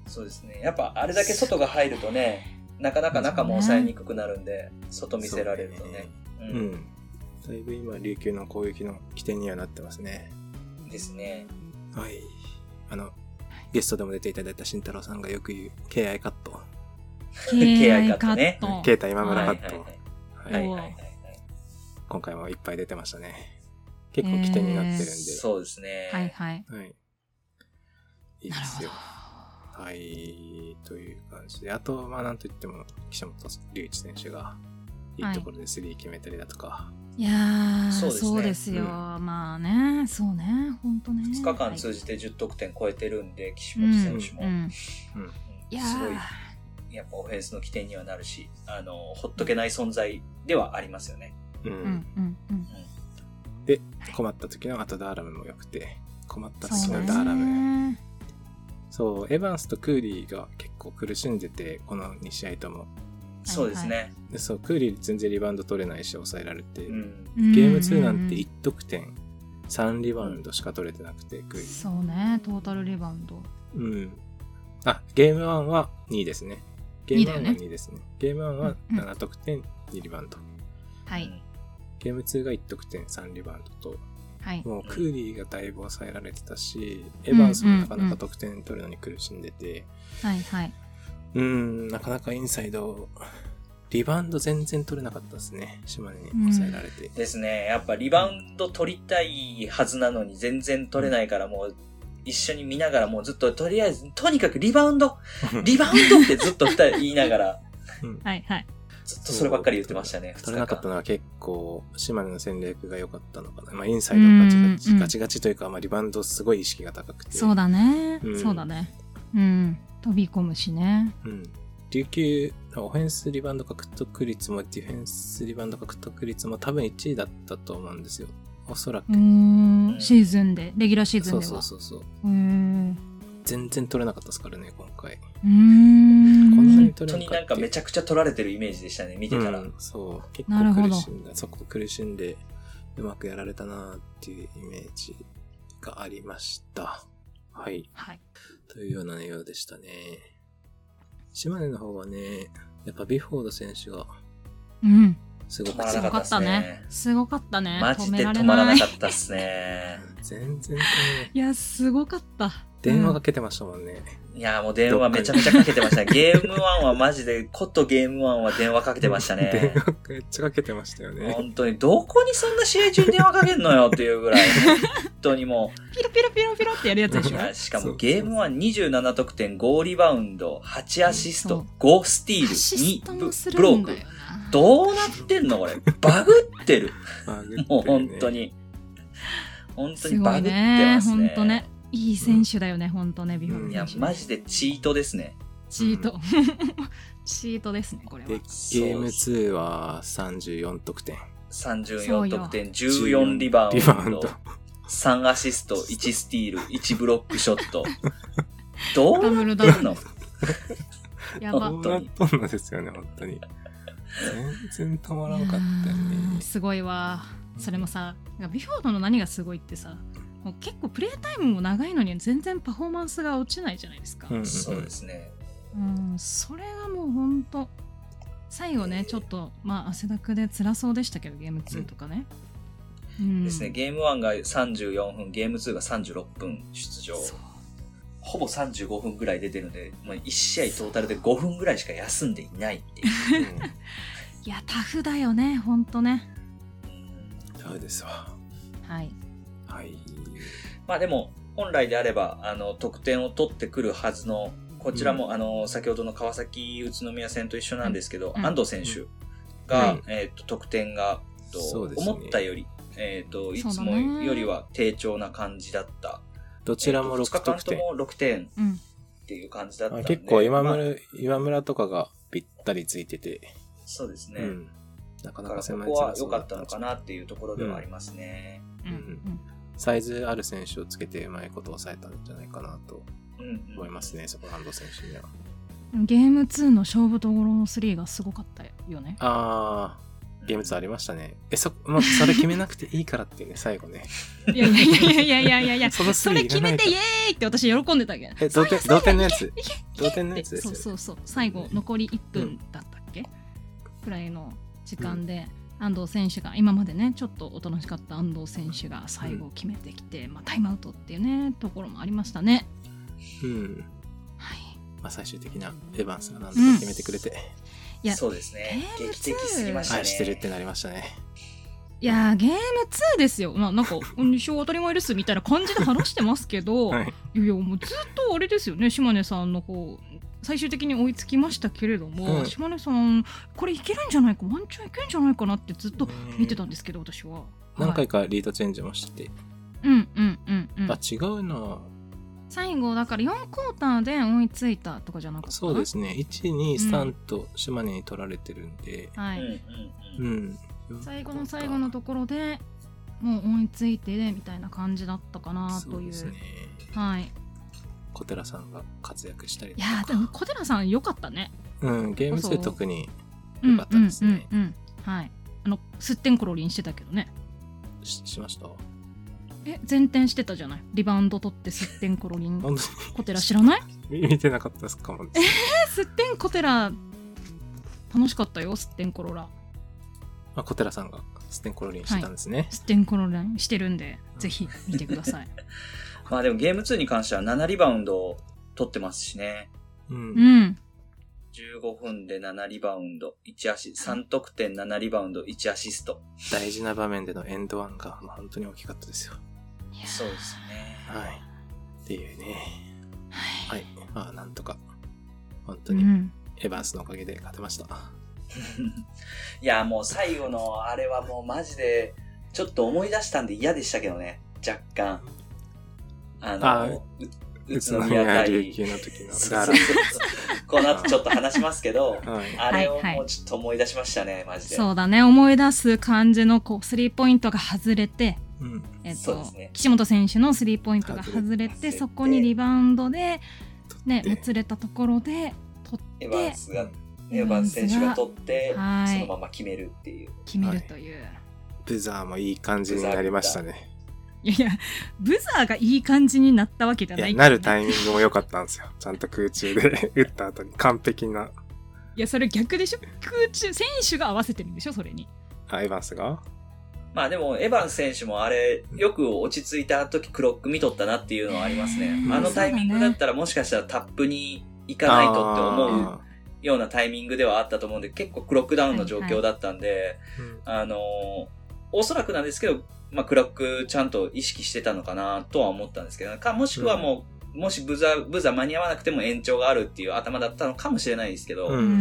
[SPEAKER 3] そうですね。やっぱあれだけ外が入るとね、なかなか中も抑えにくくなるんで、外見せられるとね。
[SPEAKER 1] うん。うん。だいぶ今、琉球の攻撃の起点にはなってますね。
[SPEAKER 3] ですね。
[SPEAKER 1] はい。あの、ゲストでも出ていただいた慎太郎さんがよく言う、ケーアイ カット。
[SPEAKER 3] ケーアイ カットね。
[SPEAKER 1] ケータ今村カット。
[SPEAKER 3] はいはいはい。
[SPEAKER 1] 今回もいっぱい出てましたね。結構起点になってるんで。
[SPEAKER 3] そうですね。
[SPEAKER 2] はいはい。
[SPEAKER 1] はい。いいですよ。はい。という感じで。あと、まあなんといっても、岸本隆一選手が、いいところでスリー決めたりだとか。は
[SPEAKER 2] い、いやー、そうですね。そうですよ。うん、まあね、そうね、ほんとね。
[SPEAKER 3] ふつかかん通じてじゅってん超えてるんで、岸本選手も。うんうんうん、いやー。すごい。やっぱオフェンスの起点にはなるし、あの、ほっとけない存在ではありますよね。
[SPEAKER 1] うん。うんうんうん、で、困った時の後ダーラムも良くて、困った時のダーラム。そう、エヴァンスとクーリーが結構苦しんでて、このに試合とも。
[SPEAKER 3] そうですね。
[SPEAKER 1] でそう、クーリー全然リバウンド取れないし、抑えられて、うん、ゲームツーなんていち得点、さんリバウンドしか取れてなくて、クーリー。
[SPEAKER 2] そうね、トータルリバウンド。
[SPEAKER 1] うん。あ、ゲームワンはにですね。ゲームワンはにですね。ゲームワンはなな得点、にリバウンド。
[SPEAKER 2] はい。
[SPEAKER 1] ゲームツーがいち得点、さんリバウンドと、はい、もうクーリーがだいぶ抑えられてたし、エヴァンスもなかなか得点取るのに苦しんでて、
[SPEAKER 2] はいはい。
[SPEAKER 1] うーん、なかなかインサイド、リバウンド全然取れなかったですね。島根に抑えられて、
[SPEAKER 3] うん。ですね。やっぱリバウンド取りたいはずなのに全然取れないからもう、一緒に見ながらもうずっととりあえず、とにかくリバウンドリバウンドってずっと二人言いながら、
[SPEAKER 2] うん、はいはい。
[SPEAKER 3] ずっとそればっかり言ってましたね。
[SPEAKER 1] 取れなかったのは結構、島根の戦略が良かったのかな。まあ、インサイドガチガチ、ガチガチというか、まあ、リバウンドすごい意識が高くて。
[SPEAKER 2] そうだね。うん、そうだね。うん。飛び込むしね。
[SPEAKER 1] うん。琉球、オフェンスリバウンド獲得率もディフェンスリバウンド獲得率も多分いちいだったと思うんですよ。おそらく。
[SPEAKER 2] うーん。シーズンで、レギュラーシーズンでは。
[SPEAKER 1] そうそうそうそう。
[SPEAKER 2] うーん。
[SPEAKER 1] 全然取れなかったですからね、今回。
[SPEAKER 2] うーん。
[SPEAKER 1] こんなに
[SPEAKER 3] 取れなかった。本当になんかめちゃくちゃ取られてるイメージでしたね、見てたら。うん、
[SPEAKER 1] そう。結構苦しんだ。そこ苦しんで、うまくやられたなっていうイメージがありました。はい。
[SPEAKER 2] はい。
[SPEAKER 1] というような内容でしたね。島根の方はね、やっぱビフォード選手が、
[SPEAKER 2] うん。
[SPEAKER 1] すご
[SPEAKER 3] かったね。
[SPEAKER 2] すごかったね。
[SPEAKER 3] マジで止まらなかったっすね。
[SPEAKER 1] 全然止めない。
[SPEAKER 2] いや、すごかった。
[SPEAKER 1] 電話かけてましたもんね。
[SPEAKER 3] いや、もう電話めちゃめちゃかけてましたね。ゲームワンはマジで、コットゲームワンは電話かけてましたね。
[SPEAKER 1] 電話めっちゃかけてましたよね。
[SPEAKER 3] 本当に、どこにそんな試合中に電話かけんのよっていうぐらい、本当にもう。
[SPEAKER 2] ピロピロピロピロってやるやつでしょ。
[SPEAKER 3] しかもゲームワンにじゅうなな得点、ごリバウンド、はちアシスト、ごスティール、にブローク。どうなってんのこれ。バグってる。
[SPEAKER 1] バグってるね、
[SPEAKER 3] もう本当に。本当にバグってますね。
[SPEAKER 2] 本当ね。いい選手だよね、ほんとね、ビフォード選手。
[SPEAKER 3] いや、マジでチートですね。
[SPEAKER 2] チート。チートですね、これは。で、ゲ
[SPEAKER 1] ームツーはさんじゅうよん得点。
[SPEAKER 3] さんじゅうよん得点、じゅうよんリバウンド、さんアシスト、いちスティール、いちブロックショット。どうなってんの
[SPEAKER 2] やば。
[SPEAKER 1] 本当に。どんなですよね、本当に。全然止まらなかったよね。
[SPEAKER 2] すごいわ。それもさ、ビフォードの何がすごいってさ、もう結構プレータイムも長いのに全然パフォーマンスが落ちないじゃないですか。
[SPEAKER 3] うん、そうですね。
[SPEAKER 2] うん、それがもうほんと最後ねちょっとまあ汗だくで辛そうでしたけどゲームツーとかね。
[SPEAKER 3] うん、ですね。ゲームワンがさんじゅうよんふん、ゲームツーがさんじゅうろっぷん出場。ほぼさんじゅうごふんぐらい出てるので、もういち試合トータルでごふんぐらいしか休んでいないっていう。うん、
[SPEAKER 2] いやタフだよね、ほんとね。
[SPEAKER 1] タフですわ。
[SPEAKER 2] はい。
[SPEAKER 1] はい。
[SPEAKER 3] まあでも、本来であれば、あの、得点を取ってくるはずの、こちらも、うん、あの、先ほどの川崎宇都宮戦と一緒なんですけど、うん、安藤選手が、うん、えっと、得点が、と、ね、思ったより、えっと、いつもよりは低調な感じだった。
[SPEAKER 1] どちらもろく得点。
[SPEAKER 3] ふつかかんともろくてんっていう感じだったんで。
[SPEAKER 1] 結構今村、まあ、今村とかがぴったりついてて。
[SPEAKER 3] そうですね。
[SPEAKER 1] うん、なかなか
[SPEAKER 3] 狭い。ここは良かったのかなっていうところではありますね。
[SPEAKER 2] うんうんうん
[SPEAKER 1] サイズある選手をつけてうまいことを抑えたんじゃないかなと思いますね、うんうん、そこの安藤選手には。
[SPEAKER 2] ゲームツーの勝負どころのスリーがすごかったよね。
[SPEAKER 1] ああ、 ゲームツーありましたね。え、そ、もうそれ決めなくていいからっていうね、最後ね。
[SPEAKER 2] いやいやいやいやいやいやいや、
[SPEAKER 1] その
[SPEAKER 2] それ決めてイエーイって私喜んでたけど。
[SPEAKER 1] え、同点、同点のやつ。同点のやつですよ。
[SPEAKER 2] そうそうそう。最後、残りいっぷんだったっけ、くらいの時間で、うん、安藤選手が、今までね、ちょっとおとなしかった安藤選手が最後決めてきて、うん、まあ、タイムアウトっていうね、ところもありましたね。
[SPEAKER 1] うん。
[SPEAKER 2] はい。
[SPEAKER 1] まあ、最終的なエヴァンスがなんとか決めてくれて。うん、
[SPEAKER 3] いや、そうですね。劇的すぎましたね。
[SPEAKER 1] 愛してるってなりましたね。
[SPEAKER 2] いやー、ゲームツーですよ。まあ、なんか、一生当たり前ですみたいな感じで話してますけど、はい、いやいや、もうずっとあれですよね、島根さんの方、最終的に追いつきましたけれども、うん、島根さん、これいけるんじゃないか、ワンチャンいけるんじゃないかなってずっと見てたんですけど、私は。
[SPEAKER 1] 何回かリードチェンジもしてて。
[SPEAKER 2] うんうんうんうん。
[SPEAKER 1] あ、違うな。最
[SPEAKER 2] 後だからよんクォーターで追いついたとかじゃなかった？
[SPEAKER 1] そうですね。いち、に、さんと島根に取られてるんで。
[SPEAKER 2] うん、はい。
[SPEAKER 1] うん。
[SPEAKER 2] 最後の最後のところでもう追いついてみたいな感じだったかなという。そうですね。はい。
[SPEAKER 1] 小寺さんが活躍したりとか。
[SPEAKER 2] いやでも小寺さん良かったね。
[SPEAKER 1] うん。ゲームツー特に良かったですね。
[SPEAKER 2] うんうんうんうん、はい。あのすってんころりんしてたけどね。
[SPEAKER 1] し, しました。
[SPEAKER 2] え、前転してたじゃない。リバウンド取ってすってんころりん。小寺知らない？
[SPEAKER 1] 見てなかったですかも。
[SPEAKER 2] えー、すってん小寺楽しかったよ。すってんころら。
[SPEAKER 1] あ、小寺さんがすってんころりんしてたんですね。
[SPEAKER 2] すってんころりんしてるんで、ぜひ見てください。
[SPEAKER 3] まあでもゲームツーに関してはななリバウンド取ってますしね。
[SPEAKER 2] うん。うん、
[SPEAKER 3] じゅうごふんでななリバウンド、いちアシスト、さん得点ななリバウンド、いちアシスト。
[SPEAKER 1] 大事な場面でのエンドワンが本当に大きかったですよ。
[SPEAKER 3] そうですね。
[SPEAKER 1] はい。っていうね。はい。はい、まあなんとか、本当にエヴァンスのおかげで勝てました。
[SPEAKER 3] うん、いや、もう最後のあれはもうマジで、ちょっと思い出したんで嫌でしたけどね。若干。あの、あ宇都宮対
[SPEAKER 1] 琉球の時の。
[SPEAKER 3] そうそうそうこの後ちょっと話しますけど、はい、あれをもうちょっと思い出しましたね、マジで。
[SPEAKER 2] そうだね、思い出す感じのこうスリーポイントが外れて、
[SPEAKER 1] うん、
[SPEAKER 2] えっとね、岸本選手のスリーポイントが外れて、そこにリバウンドで、ね、もつれたところで取って、
[SPEAKER 3] エヴァンスが、エヴァンス選手が取って、はい、そのまま決めるっていう。
[SPEAKER 2] 決めるという。はい、
[SPEAKER 1] ブザーもいい感じになりましたね。
[SPEAKER 2] いやいや、ブザーがいい感じになったわけじゃない、
[SPEAKER 1] ね、いや、なるタイミングも良かったんですよ。ちゃんと空中で打った後に完璧な。
[SPEAKER 2] いや、それ逆でしょ。空中、選手が合わせてるんでしょ、それに。
[SPEAKER 1] あ、エヴァンスが
[SPEAKER 3] まあでも、エヴァンス選手もあれ、よく落ち着いた時クロック見とったなっていうのはありますね。あのタイミングだったらもしかしたらタップに行かないとって思うようなタイミングではあったと思うんで、結構クロックダウンの状況だったんで、はいはい、あのー、おそらくなんですけど、まあ、クロックちゃんと意識してたのかなとは思ったんですけど、かもしくはもう、うん、もしブザ、ブザ間に合わなくても延長があるっていう頭だったのかもしれないですけど。
[SPEAKER 1] うん。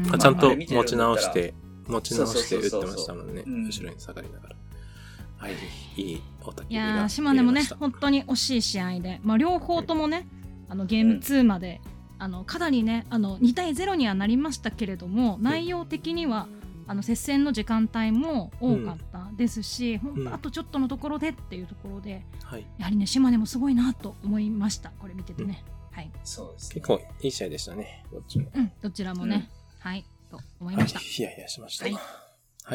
[SPEAKER 1] まあ、ちゃんと持ち直して、持ち直して打ってましたもんね。後ろに下がりながら。はい、いいおたけびが見れました。いやー、島根もね、
[SPEAKER 2] 本当に惜しい試合で、まあ、両方ともね、あのゲームツーまで、うん、あのかなりね、あのにたいゼロにはなりましたけれども、内容的には、あの接戦の時間帯も多かったですし、うん、本当あとちょっとのところでっていうところで、うん、やはりね島根もすごいなと思いました。これ見ててね、うん、はい、
[SPEAKER 3] そうですね、
[SPEAKER 1] 結構いい試合でしたね、どっちも、
[SPEAKER 2] うん、どちらもね、うん、はいと思いました。
[SPEAKER 1] ヒヤヒヤしました。はい、はい、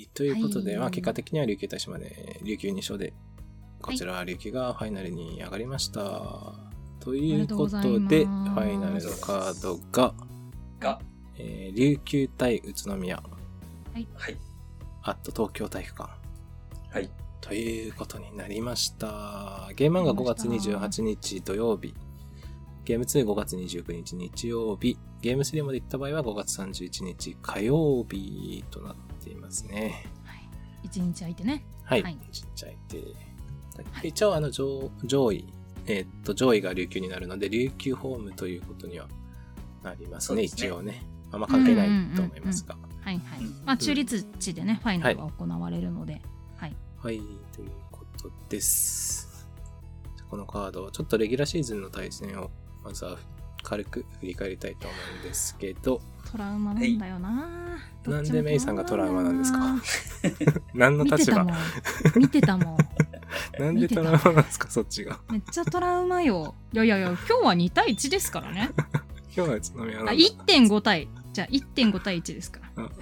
[SPEAKER 1] ということで、はい、まあ、結果的には琉球対島根、琉球に勝でこちらは琉球がファイナルに上がりました。はい、ということでファイナルのカードが
[SPEAKER 3] が、
[SPEAKER 1] えー、琉球対宇都宮。
[SPEAKER 2] はい。
[SPEAKER 3] はい。
[SPEAKER 1] あと東京体育館。
[SPEAKER 3] はい。
[SPEAKER 1] ということになりました。ゲームワンがごがつにじゅうはちにち土曜日。ゲームツーごがつにじゅうくにち日曜日。ゲームスリーまで行った場合はごがつさんじゅういちにち火曜日となっていますね。
[SPEAKER 2] はい。一日空いてね。
[SPEAKER 1] はい。はい、一日空いて。はい、一応あの上、上位、えー、っと、上位が琉球になるので、琉球ホームということにはなりますね、すね一応ね。あんま関係ないと思いますが。
[SPEAKER 2] はいはい。まあ、中立地でね、うん、ファイナルが行われるので。はい。
[SPEAKER 1] はい、はい、ということです。このカード、ちょっとレギュラーシーズンの対戦を、まずは軽く振り返りたいと思うんですけど。
[SPEAKER 2] トラウマなんだよな。
[SPEAKER 1] なんでメイさんがトラウマなんですか何の立場
[SPEAKER 2] 見てたもん。
[SPEAKER 1] なんでトラウマなんですかそっちが。
[SPEAKER 2] めっちゃトラウマよ。いやいやいや、今日はにたいいちですからね。
[SPEAKER 1] 今日は宇都宮なんだ。
[SPEAKER 2] いってんご対。じゃあ いってんご対いちですから。
[SPEAKER 1] あ、はい、そう。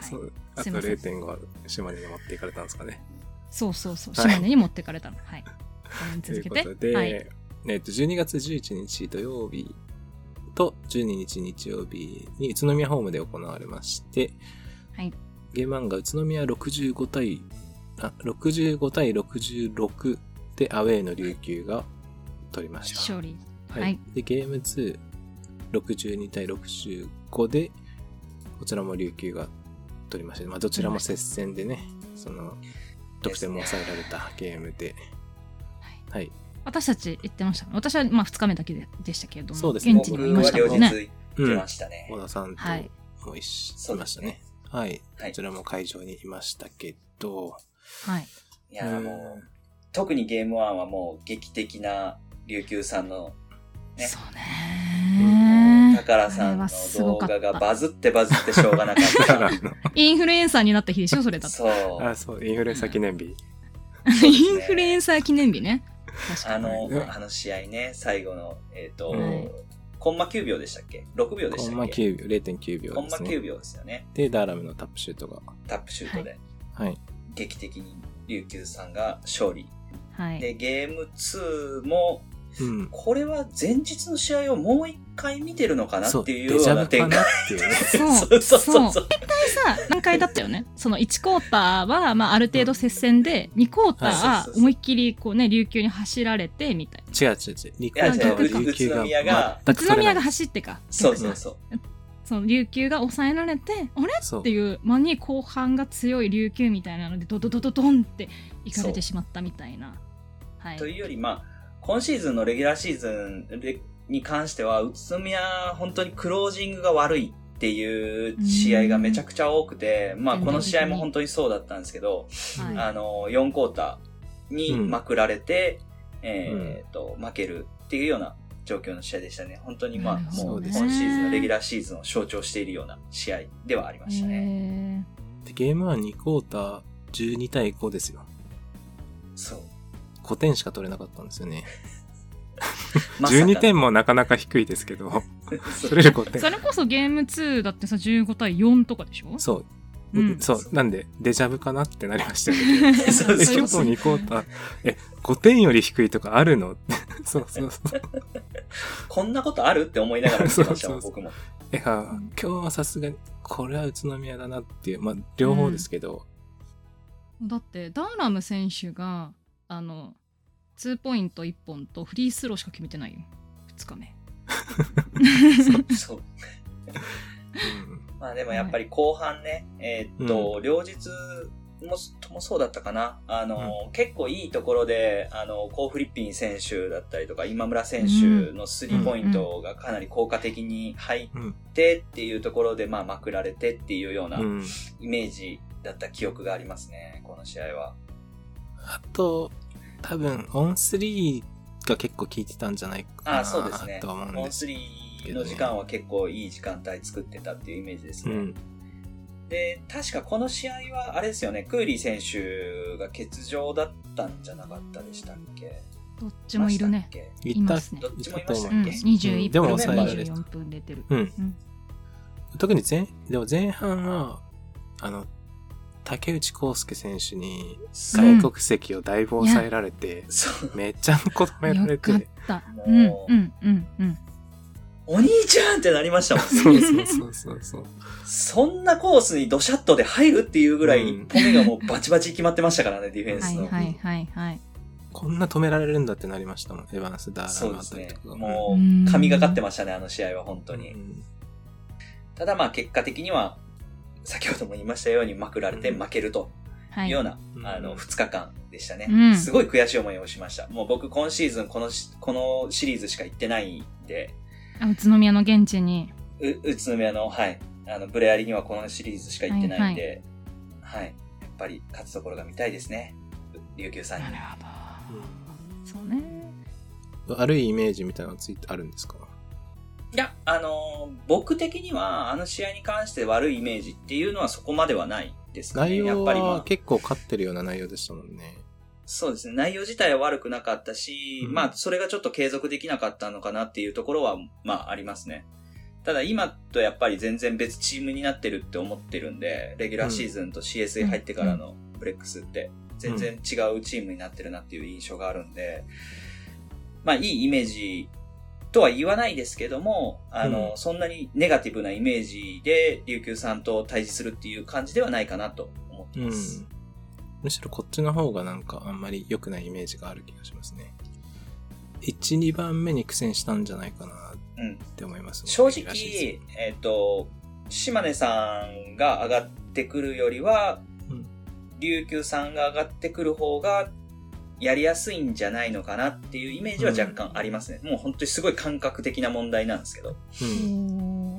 [SPEAKER 1] あと れいてんご 島根に持っていかれたんですかね。
[SPEAKER 2] そうそうそう、島根に持ってかれたの。はい。続けて。
[SPEAKER 1] ということで、
[SPEAKER 2] はい、
[SPEAKER 1] えっと、じゅうにがつじゅういちにち土曜日とじゅうににち日曜日に宇都宮ホームで行われまして、
[SPEAKER 2] はい。
[SPEAKER 1] ゲームマンが宇都宮ろくじゅうごたい、あ、ろくじゅうごたいろくじゅうろくでアウェーの琉球が取りました。
[SPEAKER 2] 勝利。
[SPEAKER 1] はい。はい、で、ゲームに、ろくじゅうにたいろくじゅうごで、こちらも琉球が取りました。まあ、どちらも接戦でね、その、得点も抑えられたゲームで。はい。はい、
[SPEAKER 2] 私たち行ってました。私はまあふつかめだけ で, でしたけれども、
[SPEAKER 1] そうですね、
[SPEAKER 2] 現地にいましたもんね。
[SPEAKER 3] 行ってましたね。
[SPEAKER 1] 小田さんとも一緒、はい、いましたね。はい。こちらも会場にいましたけど。
[SPEAKER 2] はい。
[SPEAKER 3] いやもう、特にゲームワンはもう劇的な琉球さんの、ね。
[SPEAKER 2] そうね。
[SPEAKER 3] 宝さんの動画がバズってバズってしょうがなかった。
[SPEAKER 2] インフルエンサーになった日でしょ、それだと。
[SPEAKER 3] そう。
[SPEAKER 1] あ、そう、インフルエンサー記念日。
[SPEAKER 2] インフルエンサー記念日ね。
[SPEAKER 3] あの、あの試合ね、最後の、えっと、コンマきゅうびょうでしたっけ ?ろく 秒でしたっけコンマ
[SPEAKER 1] きゅうびょう、れいてんきゅうびょうですね。
[SPEAKER 3] コンマきゅうびょうですよね。
[SPEAKER 1] で、ダーラムのタップシュートが。
[SPEAKER 3] タップシュートで。
[SPEAKER 1] はい。
[SPEAKER 3] 劇的に琉球さんが勝利。
[SPEAKER 2] はい。
[SPEAKER 3] で、ゲームにも、うん、これは前日の試合をもう一回見てるのかなっていうような展開。
[SPEAKER 2] そうそうそうそう。大体さ、何回だったよね。そのいちクォーターは、まあ、ある程度接戦で、にクォーターは思いっきりこうね、琉球に走られてみたい
[SPEAKER 1] な。違う違う違う。にクォーターは琉球が、
[SPEAKER 2] 宇都宮が走ってか。
[SPEAKER 3] そうそうそう。
[SPEAKER 2] その琉球が抑えられて、あれっていう間に後半が強い琉球みたいなので、ドドドドドンっていかれてしまったみたいな。
[SPEAKER 3] はい。というより、まあ、今シーズンのレギュラーシーズンに関しては、宇都宮本当にクロージングが悪いっていう試合がめちゃくちゃ多くて、まあこの試合も本当にそうだったんですけど、はい、あの、よんクォーターにまくられて、うん、えっと、負けるっていうような状況の試合でしたね。本当にまあ、もう今シーズンのレギュラーシーズンを象徴しているような試合ではありましたね。
[SPEAKER 1] でゲームはにクォーターじゅうにたいごですよ。
[SPEAKER 3] そう。
[SPEAKER 1] ごてんしか取れなかったんですよね。じゅうにてんもなかなか低いですけど、それでごてん。
[SPEAKER 2] それこそゲームにだってさ、じゅうごたいよんとかでしょ
[SPEAKER 1] そう。うん、そう。なんで、デジャブかなってなりましたよね。そうそうそう。今日のにクォーター、え、ごてんより低いとかあるのそうそうそう。
[SPEAKER 3] こんなことあるって思いながら見てましたもん、僕も。
[SPEAKER 1] いや、今日はさすがに、これは宇都宮だなっていう、まあ、両方ですけど。
[SPEAKER 2] うん、だって、ダーラム選手が、あの、にポイントいっぽんとフリースローしか決めてないよ。ふつかめ。
[SPEAKER 3] そう。そう。まあでもやっぱり後半ね、えー、っと、うん、両日も、ともそうだったかな。あの、うん、結構いいところで、あの、コー・フリッピン選手だったりとか、今村選手のスリーポイントがかなり効果的に入ってっていうところで、まあ、まくられてっていうようなイメージだった記憶がありますね、この試合は。
[SPEAKER 1] あと、多分、オンスリーが結構効いてたんじゃないかなあそうですね。と思うんですけどね。
[SPEAKER 3] オンスリーの時間は結構いい時間帯作ってたっていうイメージですね。うん、で、確かこの試合は、あれですよね、クーリー選手が欠場だったんじゃなかったでしたっけ？
[SPEAKER 2] どっちもいるね。いますね。
[SPEAKER 3] どっちもいましたっけ？うん、
[SPEAKER 2] にじゅういっぷん、にじゅうよんぷん出てる。
[SPEAKER 1] うん。うん、特に前、でも前半は、あの、竹内康介選手に外国籍をだいぶ抑えられて、うん、めっちゃこ止められて。
[SPEAKER 2] よかった。うんうんうんうん。
[SPEAKER 3] お兄ちゃんってなりましたもん。
[SPEAKER 1] そうそうそうそうそう。
[SPEAKER 3] そんなコースにドシャッとで入るっていうぐらい、止めがもうバチバチ決まってましたからね、ディフェンスの。
[SPEAKER 2] はいはいはいはい。
[SPEAKER 1] こんな止められるんだってなりましたもん、エヴァンス・ダーラムあたりとか。
[SPEAKER 3] そうですね。もう、神がかってましたね、あの試合は本当に。ただまあ結果的には、先ほども言いましたようにまくられて負けるというような、うんはい、あのふつかかんでしたね、うん、すごい悔しい思いをしました。もう僕今シーズンこのこのシリーズしか行ってないんで、
[SPEAKER 2] あ宇都宮の現地に
[SPEAKER 3] う宇都宮のはいあのブレアリにはこのシリーズしか行ってないんで、はい、はい、やっぱり勝つところが見たいですね、琉球さんに。
[SPEAKER 2] なるほど、うん、そうね。
[SPEAKER 1] 悪いイメージみたいなのついてあるんですか？
[SPEAKER 3] いや、あのー、僕的には、あの試合に関して悪いイメージっていうのはそこまではないですかね。
[SPEAKER 1] 内容は結構勝ってるような内容でしたもんね。
[SPEAKER 3] そうですね。内容自体は悪くなかったし、うん、まあ、それがちょっと継続できなかったのかなっていうところは、まあ、ありますね。 ただ今とやっぱり全然別チームになってるって思ってるんで、レギュラーシーズンと シーエスエー 入ってからのブレックスって全然違うチームになってるなっていう印象があるんで、まあいいイメージとは言わないですけども、あの、うん、そんなにネガティブなイメージで琉球さんと対峙するっていう感じではないかなと思ってます。うん、
[SPEAKER 1] むしろこっちの方がなんかあんまり良くないイメージがある気がしますね。いち、にばんめに苦戦したんじゃないかなって思います、ね、
[SPEAKER 3] うん、正直、えっと、島根さんが上がってくるよりは、うん、琉球さんが上がってくる方がやりやすいんじゃないのかなっていうイメージは若干ありますね。うん、もう本当にすごい感覚的な問題なんですけど。うん、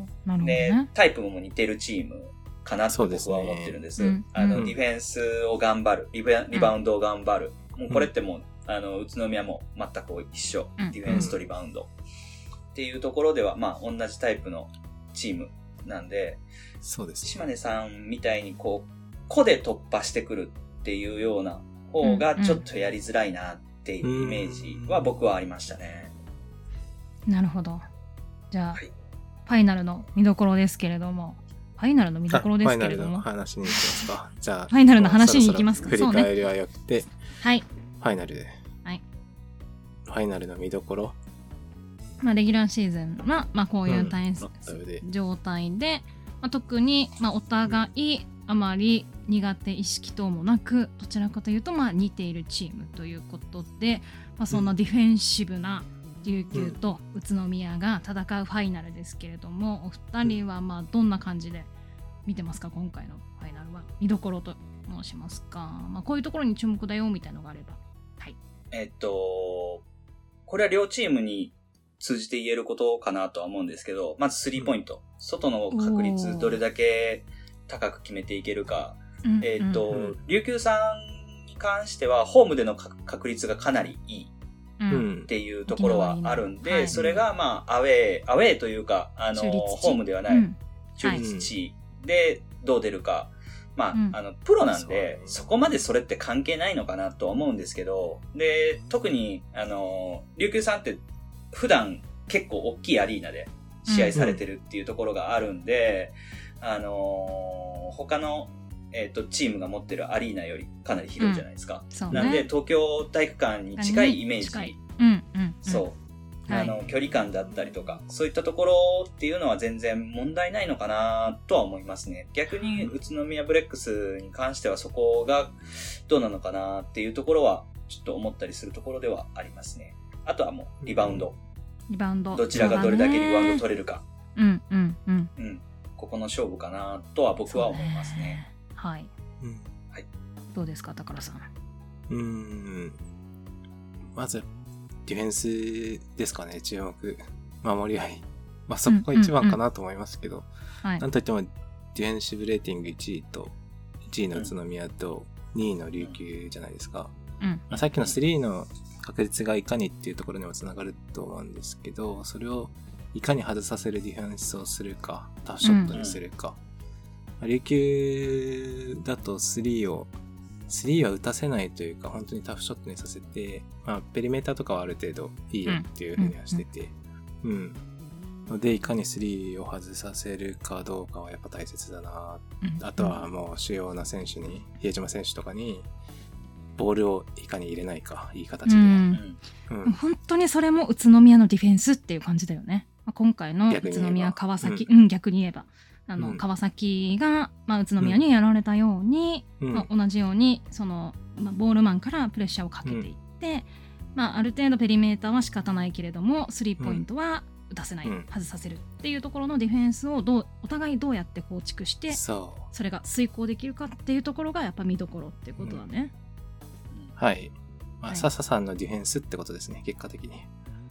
[SPEAKER 2] なるほどね。
[SPEAKER 3] で、タイプも似てるチームかなと僕は思ってるんです。ですね、あの、うん、ディフェンスを頑張る、リバ、リバウンドを頑張る。うん、もうこれってもう、あの、宇都宮も全く一緒。うん、ディフェンスとリバウンド。っていうところでは、まあ、同じタイプのチームなんで、
[SPEAKER 1] そうですね。
[SPEAKER 3] 島根さんみたいにこう、個で突破してくるっていうような方がちょっとやりづらいなっていうイメージは僕はありましたね。
[SPEAKER 2] なるほど。じゃあ、はい、ファイナルの見どころですけれども、ファイナルの見どころですけれども。
[SPEAKER 1] ファイナルの話に行きますか。じゃあ、
[SPEAKER 2] ファイナルの話に行きますか。
[SPEAKER 1] 振り返りはよくて、
[SPEAKER 2] はい。
[SPEAKER 1] ファイナルで。
[SPEAKER 2] はい。
[SPEAKER 1] ファイナルの見どころ。
[SPEAKER 2] まあ、レギュラーシーズンは、まあ、こういう対戦、うん、状態で、まあ、特に、まあ、お互いあまり苦手意識等もなく、どちらかというと、まあ、似ているチームということで、まあ、そんなディフェンシブな琉球と宇都宮が戦うファイナルですけれども、お二人はまあどんな感じで見てますか？今回のファイナルは見どころと申しますか、まあ、こういうところに注目だよみたいなのがあれば。はい。
[SPEAKER 3] えっとこれは両チームに通じて言えることかなとは思うんですけど、まずスリーポイント、うん、外の確率どれだけ高く決めていけるか。えっと、うんうん、琉球さんに関してはホームでの確率がかなりいいっていうところはあるんで、うん、それがまあアウェーアウェーというか、あのホームではない、うん、中立地でどう出るか、まあ、うん、あのプロなんでそこまでそれって関係ないのかなとは思うんですけど、で特にあの琉球さんって普段結構大きいアリーナで試合されてるっていうところがあるんで、うん、あの他のえっと、チームが持ってるアリーナよりかなり広いじゃないですか。うんそうね、なんで、東京体育館に近いイメージ。
[SPEAKER 2] うんうんうん、
[SPEAKER 3] そう、はい。あの、距離感だったりとか、そういったところっていうのは全然問題ないのかなとは思いますね。逆に、宇都宮ブレックスに関してはそこがどうなのかなっていうところは、ちょっと思ったりするところではありますね。あとはもう、リバウンド。
[SPEAKER 2] リバウンド。
[SPEAKER 3] どちらがどれだけリバウンド取れるか。
[SPEAKER 2] うんうんうん。
[SPEAKER 3] うん。ここの勝負かなとは僕は思いますね。
[SPEAKER 2] はい、うん、はい。どうですか、宝さん。
[SPEAKER 1] うーん。まずディフェンスですかね、注目。守り合い。まあそこが一番かなと思いますけど、うんうんうん、なんといってもディフェンシブレーティングいちいといちいの宇都宮とにいの琉球じゃないですか。うんまあ、さっきのさんの確率がいかにっていうところにもつながると思うんですけど、それをいかに外させるディフェンスをするか、タフショットにするか。うん琉球だとスリーを、スリーは打たせないというか、本当にタフショットにさせて、まあ、ペリメーターとかはある程度いいよっていうふうにはしてて、うん。うん、ので、いかにスリーを外させるかどうかはやっぱ大切だな。うん、あとはもう主要な選手に、比江島選手とかに、ボールをいかに入れないか、いい形で。うん
[SPEAKER 2] うん、本当にそれも宇都宮のディフェンスっていう感じだよね。今回の宇都宮川崎、うん、うん、逆に言えば。あの、うん、川崎が、まあ、宇都宮にやられたように、うんまあ、同じようにその、まあ、ボールマンからプレッシャーをかけていって、うんまあ、ある程度ペリメーターは仕方ないけれどもスリーポイントは打たせない、うん、外させるっていうところのディフェンスをどうお互いどうやって構築してそれが遂行できるかっていうところがやっぱ見どころっていうことだね、
[SPEAKER 1] うん、はい、まあ、笹さんのディフェンスってことですね結果的に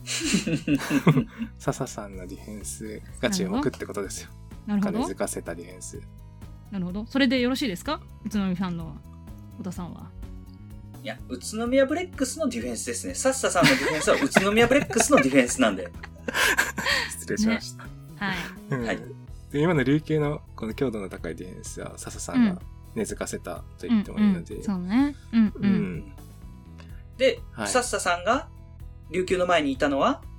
[SPEAKER 1] 笹さんのディフェンスが注目ってことですよ。
[SPEAKER 2] なるほど。
[SPEAKER 1] 金づかせたディフェンス。
[SPEAKER 2] なるほど。それでよろしいですか？宇都宮ファンの小田さんは。
[SPEAKER 3] いや、宇都宮ブレックスのディフェンスですね。サッサさんのディフェンスは宇都宮ブレックスのディフェンスなんで。
[SPEAKER 1] 失礼しました。ね、
[SPEAKER 2] はい、
[SPEAKER 1] うんはい。で、今の琉球のこの強度の高いディフェンスはササさんが根付かせたと言ってもいいので。
[SPEAKER 2] うんうん、そうね。うんうん。うん、
[SPEAKER 3] で、はい、サッサさんが琉球の前にいたのは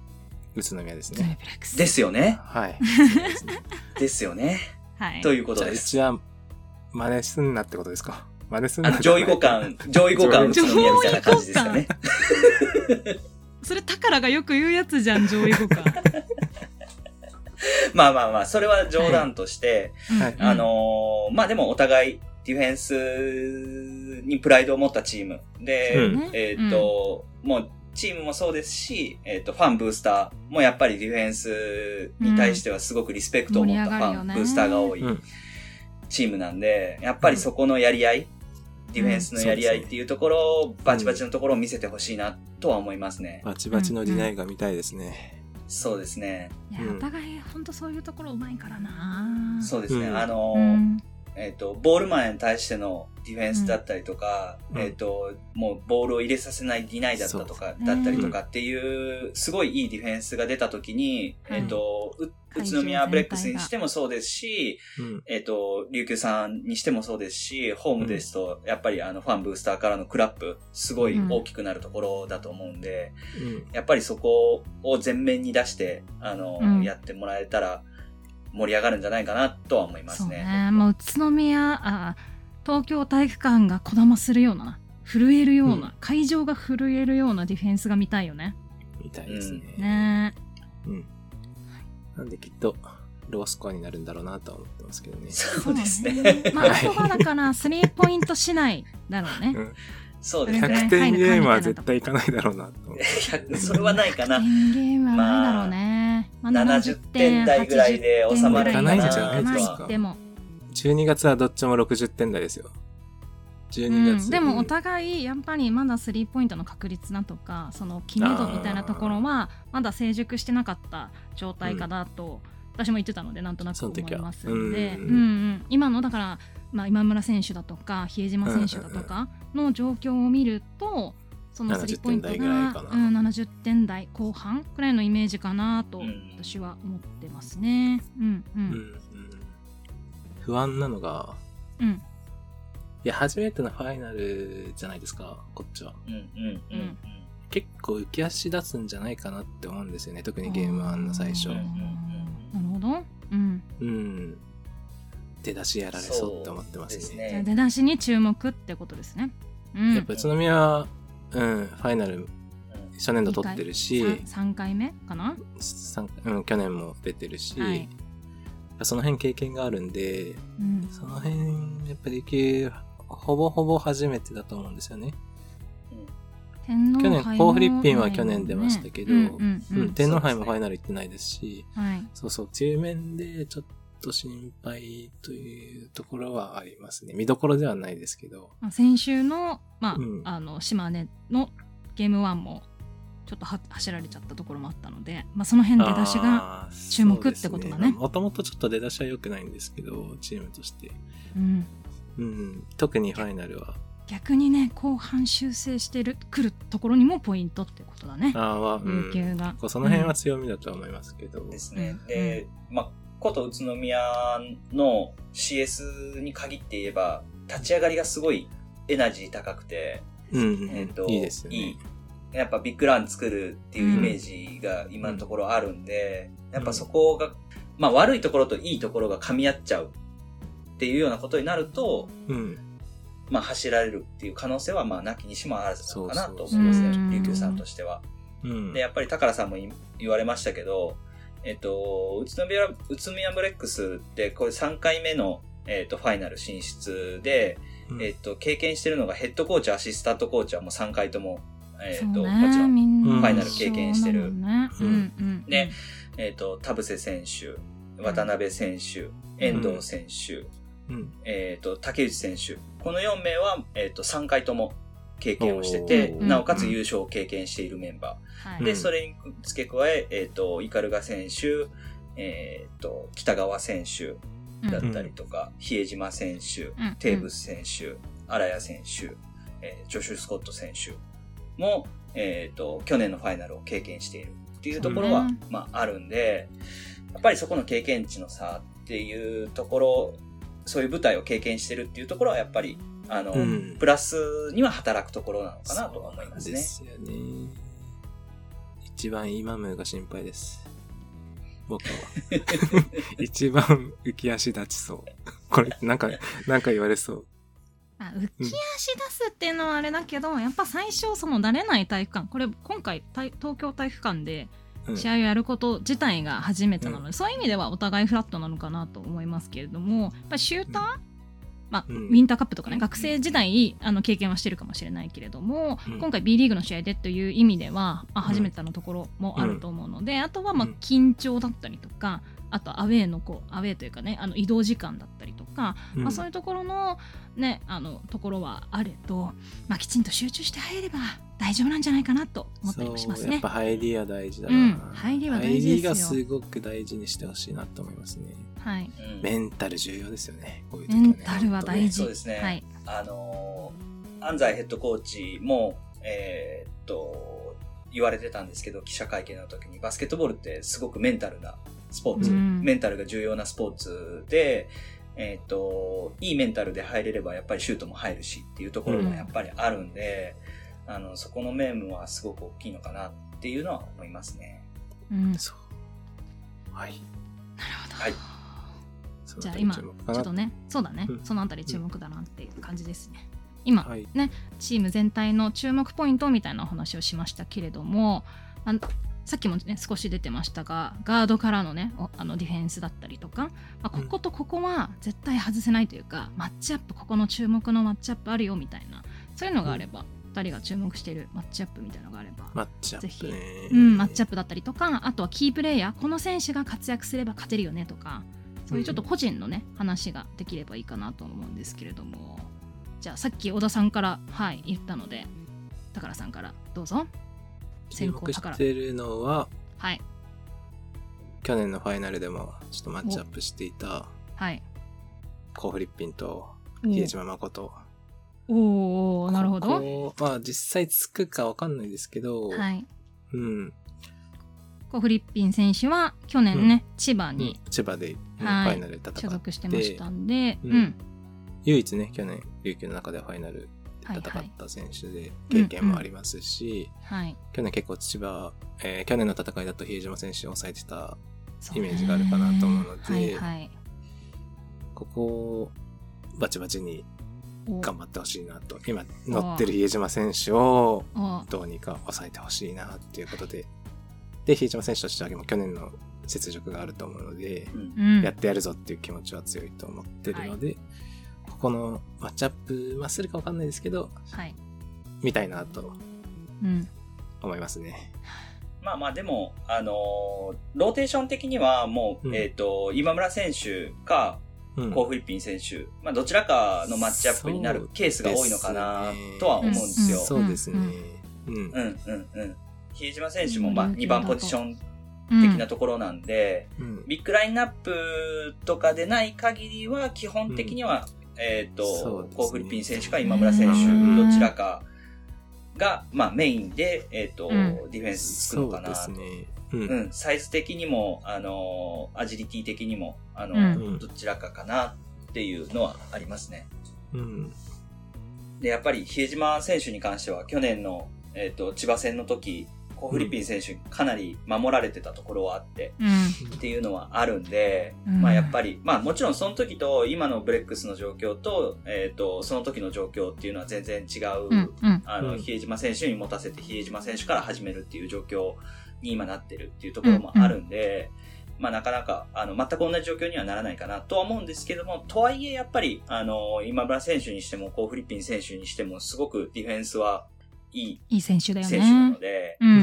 [SPEAKER 1] 宇都宮です
[SPEAKER 2] 宇都宮
[SPEAKER 1] ね。
[SPEAKER 2] ブレックス。
[SPEAKER 3] ですよね。
[SPEAKER 1] はい。ですね
[SPEAKER 3] ですよね。
[SPEAKER 2] はい。
[SPEAKER 3] ということ
[SPEAKER 1] じゃあ、
[SPEAKER 3] です。
[SPEAKER 1] うちは、真似すんなってことですか？真似すんな
[SPEAKER 3] あの、上位互換、上位互換宇都宮みたいな感じですかね。
[SPEAKER 2] それ、宝がよく言うやつじゃん、上位互換。
[SPEAKER 3] まあまあまあ、それは冗談として、
[SPEAKER 1] はい。
[SPEAKER 3] あのー、まあでもお互いディフェンスにプライドを持ったチームで、
[SPEAKER 1] うん、
[SPEAKER 3] えっ、ー、と、うん、もうチームもそうですし、えっ、ー、と、ファンブースターもやっぱりディフェンスに対してはすごくリスペクトを持ったファン、ブースターが多いチームなんで、やっぱりそこのやり合い、ディフェンスのやり合いっていうところを、バチバチのところを見せてほしいなとは思いますね。
[SPEAKER 1] バチバチのディナイが見たいですね。
[SPEAKER 3] そうですね。
[SPEAKER 2] いや、お互い本当そういうところうまいからな。
[SPEAKER 3] そうですね。
[SPEAKER 1] うん、
[SPEAKER 3] あの、うん、えっ、ー、と、ボールマンに対してのディフェンスだったりとか、うん、えっ、ー、と、もうボールを入れさせないディナイだったとか、だったりとかっていう、すごいいいディフェンスが出たときに、うん、えっ、ー、と、宇都宮ブレックスにしてもそうですし、うん、えっ、と、琉球さんにしてもそうですし、ホームですと、やっぱりあの、ファンブースターからのクラップ、すごい大きくなるところだと思うんで、うん、やっぱりそこを前面に出して、あの、うん、やってもらえたら、盛り上がるんじゃないかなとは思いますね。
[SPEAKER 2] そうね。もう宇都宮、あ、東京体育館がこだまするような、震えるような、うん、会場が震えるようなディフェンスが見たいよね。
[SPEAKER 1] 見たいですね。
[SPEAKER 2] うん、ね。
[SPEAKER 1] うん。なんできっとロースコアになるんだろうなとは思ってますけどね。
[SPEAKER 3] そうですね。
[SPEAKER 2] まあ、あとはだからスリーポイントしないだろうね。うん、
[SPEAKER 3] そうですね。
[SPEAKER 1] ひゃくてんゲームは絶対いかないだろうなと思
[SPEAKER 3] って。それはないかな。
[SPEAKER 2] ひゃくてんゲームはないだろうね。
[SPEAKER 3] まあ、ななじゅってん台ぐらいで収まるかな。
[SPEAKER 1] いかないんじゃないですか。
[SPEAKER 2] でも
[SPEAKER 1] じゅうにがつはどっちもろくじゅってん台ですよ。じゅうにがつ、
[SPEAKER 2] うん、でもお互いやっぱりまだスリーポイントの確率だとかその決め度みたいなところはまだ成熟してなかった状態かなと、うん、私も言ってたのでなんとなく思いますので、うんうん、今のだから、まあ、今村選手だとか比江島選手だとかの状況を見るとそのスリーポイントがななじゅってん台ぐらいかな、うん、ななじゅってん台後半くらいのイメージかなと私は思ってますね、うんうんうんうん、
[SPEAKER 1] 不安なのが、
[SPEAKER 2] うん
[SPEAKER 1] いや、初めてのファイナルじゃないですか、こっちは。
[SPEAKER 3] うんうんうんうん、
[SPEAKER 1] 結構浮き足立つんじゃないかなって思うんですよね、特にゲームワンの最初。
[SPEAKER 2] なるほど。うん。
[SPEAKER 1] うん。出だしやられそうって思ってますね。
[SPEAKER 3] そうですね。
[SPEAKER 2] じゃあ出だしに注目ってことですね。うん、
[SPEAKER 1] やっぱ宇都宮は、うん、ファイナル、初年度取ってるし、
[SPEAKER 2] さんかいめかな、
[SPEAKER 1] うん、去年も出てるし、はい、その辺経験があるんで、うん、その辺、やっぱりほぼほぼ初めてだと思うんですよね。
[SPEAKER 2] 天皇杯も
[SPEAKER 1] 去年、コーフリッピンは去年出ましたけど、うんうんうんうん、天皇杯もファイナル行ってないですし、
[SPEAKER 2] はい、
[SPEAKER 1] そうそう、中面でちょっと心配というところはありますね。見どころではないですけど。
[SPEAKER 2] 先週の、まあ、うん、あの、島根のゲームワンも、ちょっとは走られちゃったところもあったので、まあ、その辺出だしが注目ってことだね。
[SPEAKER 1] もともとちょっと出だしは良くないんですけど、チームとして。
[SPEAKER 2] うん
[SPEAKER 1] うん、特にファイナルは。
[SPEAKER 2] 逆にね、後半修正してるくるところにもポイントってことだね。
[SPEAKER 1] ああ、うん、
[SPEAKER 2] 琉球が。
[SPEAKER 1] その辺は強みだとは思いますけど。
[SPEAKER 3] うん、ですね。で、うん、まあ、こと宇都宮の シーエス に限って言えば、立ち上がりがすごいエナジー高くて、
[SPEAKER 1] うんうん、えーと、いいですよね。いい
[SPEAKER 3] やっぱビッグラン作るっていうイメージが今のところあるんで、うん、やっぱそこが、まあ悪いところといいところが噛み合っちゃうっていうようなことになると、
[SPEAKER 1] うん、
[SPEAKER 3] まあ走られるっていう可能性はまあなきにしもあらずなのかなと思いますね、琉球さんとしては。
[SPEAKER 1] うん、
[SPEAKER 3] で、やっぱり宝さんも言われましたけど、えっと、宇都宮、宇都宮ブレックスってこれさんかいめの、えっと、ファイナル進出で、うん、えっと、経験してるのがヘッドコーチ、アシスタントコーチはもうさんかいともえーと、
[SPEAKER 2] ね、
[SPEAKER 3] もちろん
[SPEAKER 2] フ
[SPEAKER 3] ファイナル経験してる。
[SPEAKER 2] ねうんうん、
[SPEAKER 3] で、えっ、ー、と、田臥選手、渡辺選手、遠藤選手、
[SPEAKER 1] うん、
[SPEAKER 3] えっ、ー、と、竹内選手。このよんめいは、えっ、ー、と、さんかいとも経験をしてて、なおかつ優勝を経験しているメンバー。うん、で、それに付け加え、えっ、ー、と、鵤選手、えっ、と、北川選手だったりとか、うん、比江島選手、うん、テーブス選手、荒谷選手、えー、ジョシュ・スコット選手、も、えっ、ー、と、去年のファイナルを経験しているっていうところは、ね、まあ、あるんで、やっぱりそこの経験値の差っていうところ、そういう舞台を経験してるっていうところは、やっぱり、あの、うん、プラスには働くところなのかなとは思いますね。
[SPEAKER 1] そうですよね。 一番イマムーが心配です。僕は。一番浮き足立ちそう。これ、なんか、なんか言われそう。
[SPEAKER 2] あ、浮き足出すっていうのはあれだけど、うん、やっぱ最初その慣れない体育館、これ今回東京体育館で試合をやること自体が初めてなので、うん、そういう意味ではお互いフラットなのかなと思いますけれども、やっぱりシューター、うん、まあ、うん、ウィンターカップとかね、学生時代あの経験はしてるかもしれないけれども、うん、今回 B リーグの試合でという意味では、まあ、初めてのところもあると思うので、うん、あとはまあ緊張だったりとか、あとアウェーのこうアウェーというかね、あの移動時間だったりとか、うん、まあ、そういうところのね、あのところはあれと、まあ、きちんと集中して入れば大丈夫なんじゃないかなと思ったりもしますね。
[SPEAKER 1] やっぱ入りは大事だな、
[SPEAKER 2] うん、入りは大事ですよ。
[SPEAKER 1] 入りがすごく大事にしてほしいなと思いますね。
[SPEAKER 2] はい、
[SPEAKER 1] メンタル重要ですよね。こういう時
[SPEAKER 2] はね、メンタルは大事。
[SPEAKER 3] そうですね。はい、あのー、安西ヘッドコーチもえー、っと言われてたんですけど、記者会見の時にバスケットボールってすごくメンタルなスポーツ、うん、メンタルが重要なスポーツで、えー、っといいメンタルで入れればやっぱりシュートも入るしっていうところもやっぱりあるんで、うん、あのそこの面はすごく大きいのかなっていうのは思いますね。
[SPEAKER 2] うん、
[SPEAKER 1] そう。はい。
[SPEAKER 2] なるほど。
[SPEAKER 3] はい。
[SPEAKER 2] じゃあ今ちょっとね、そうだね、うん、そのあたり注目だなっていう感じですね。今、はい、ね、チーム全体の注目ポイントみたいなお話をしましたけれども、あさっきもね少し出てましたが、ガードからのねあのディフェンスだったりとか、まあ、こことここは絶対外せないというか、うん、マッチアップ、ここの注目のマッチアップあるよみたいな、そういうのがあれば、うん、ふたりが注目しているマッチアップみたいなのがあれば、
[SPEAKER 1] マッチアップ、
[SPEAKER 2] ぜひ、うん、マッチアップだったりとか、あとはキープレイヤー、この選手が活躍すれば勝てるよねとか、そういうちょっと個人のね、うん、話ができればいいかなと思うんですけれども、じゃあさっき小田さんから、はい、言ったので、宝さんからどうぞ。
[SPEAKER 1] 注目してるのは、
[SPEAKER 2] はい、
[SPEAKER 1] 去年のファイナルでもちょっとマッチアップしていた、
[SPEAKER 2] はい、
[SPEAKER 1] コー・フリッピンと比江島誠。
[SPEAKER 2] おお、なるほど。
[SPEAKER 1] ここまあ実際つくかわかんないですけど、
[SPEAKER 2] はい、
[SPEAKER 1] うん。
[SPEAKER 2] コー・フリッピン選手は去年ね、うん、千葉に、
[SPEAKER 1] うん、千葉で、うん、はい、ファイナルで戦って
[SPEAKER 2] 所属してましたんで、
[SPEAKER 1] うんうん、唯一ね去年琉球の中ではファイナルで戦った選手で経験もありますし、
[SPEAKER 2] はいはい、
[SPEAKER 1] 去年結構千葉、えー、去年の戦いだと比江島選手を抑えてたイメージがあるかなと思うので、
[SPEAKER 2] はいはい、
[SPEAKER 1] ここをバチバチに頑張ってほしいなと、今乗ってる比江島選手をどうにか抑えてほしいなっていうことで、で比江島選手としてはもう去年の雪辱があると思うので、うん、やってやるぞっていう気持ちは強いと思ってるので、はい、ここのマッチアップはするか分かんないですけど、
[SPEAKER 2] はい、
[SPEAKER 1] 見たいなと思いますね。
[SPEAKER 3] うん、まあまあでも、あのー、ローテーション的にはもう、うん、えっと、今村選手か、うん、コー・フリッピン選手、まあどちらかのマッチアップになるケースが多いのかなとは思うんですよ。
[SPEAKER 1] そうですね。
[SPEAKER 3] うんうんうんうん。比江島選手もまあにばんポジション的なところなんで、うん、ビッグラインナップとかでない限りは基本的には、うん、えっ、ー、と、ね、コー・フリッピン選手か今村選手、どちらかが、まあメインで、えっ、ー、と、うん、ディフェンスつくのかなと。そうですね。うん、うん。サイズ的にも、あの、アジリティ的にも、あの、うん、どちらかかなっていうのはありますね。
[SPEAKER 1] うん。
[SPEAKER 3] で、やっぱり比江島選手に関しては、去年の、えっ、ー、と、千葉戦の時、コー・フリッピン選手かなり守られてたところはあって、うん、っていうのはあるんで、うん、まあやっぱり、まあもちろんその時と今のブレックスの状況と、えっ、ー、と、その時の状況っていうのは全然違う、うんうん、あの、比江島選手に持たせて比江島選手から始めるっていう状況に今なってるっていうところもあるんで、うんうん、まあなかなか、あの、全く同じ状況にはならないかなとは思うんですけども、とはいえやっぱり、あの、今村選手にしても、コー・フリッピン選手にしても、すごくディフェンスはいい、
[SPEAKER 2] いい選手だよね。
[SPEAKER 3] 選手なので、うんうん、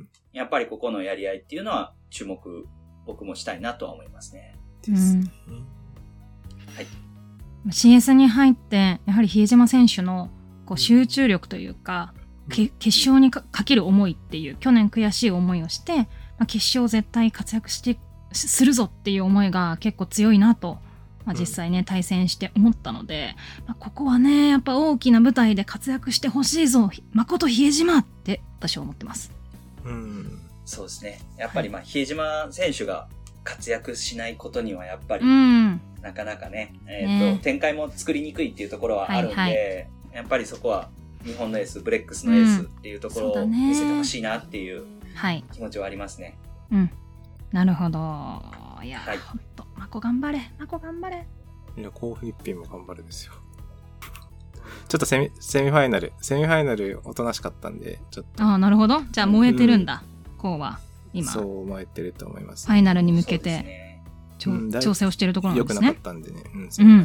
[SPEAKER 3] やっぱりここのやり合いっていうのは注目、僕もしたいなとは思いますね。
[SPEAKER 2] ですね。
[SPEAKER 3] うん、はい。
[SPEAKER 2] シーエス に入って、やはり比江島選手のこう集中力というか、うん、決勝に か, かける思いっていう、去年悔しい思いをして、まあ、決勝絶対活躍してするぞっていう思いが結構強いなと。まあ、実際ね、うん、対戦して思ったので、まあ、ここはねやっぱ大きな舞台で活躍してほしいぞ誠比江島って私は思ってます。
[SPEAKER 3] うん、そうですね。やっぱりまあ比江島選手が活躍しないことにはやっぱり、うん、なかなかね、えーとね、展開も作りにくいっていうところはあるんで、はいはい、やっぱりそこは日本のエースブレックスのエースっていうところを見せてほしいなっていう気持ちはありますね。
[SPEAKER 2] はい、うん。なるほど。いや、
[SPEAKER 3] はい、
[SPEAKER 2] ほんと、マコ頑張れ、マコ頑張れ。
[SPEAKER 1] いや、コーフィリッピンも頑張るですよ。ちょっとセミ、セミファイナル、セミファイナルおとなしかったんで、ちょっと。
[SPEAKER 2] ああ、なるほど。じゃあ燃えてるんだ、うん、こうは、今。
[SPEAKER 1] そう燃えてると思います、
[SPEAKER 2] ね。ファイナルに向けて、ね、調整をしているところなんですね。
[SPEAKER 1] 良くなかったんでね。うん、
[SPEAKER 2] うん、うん、うん、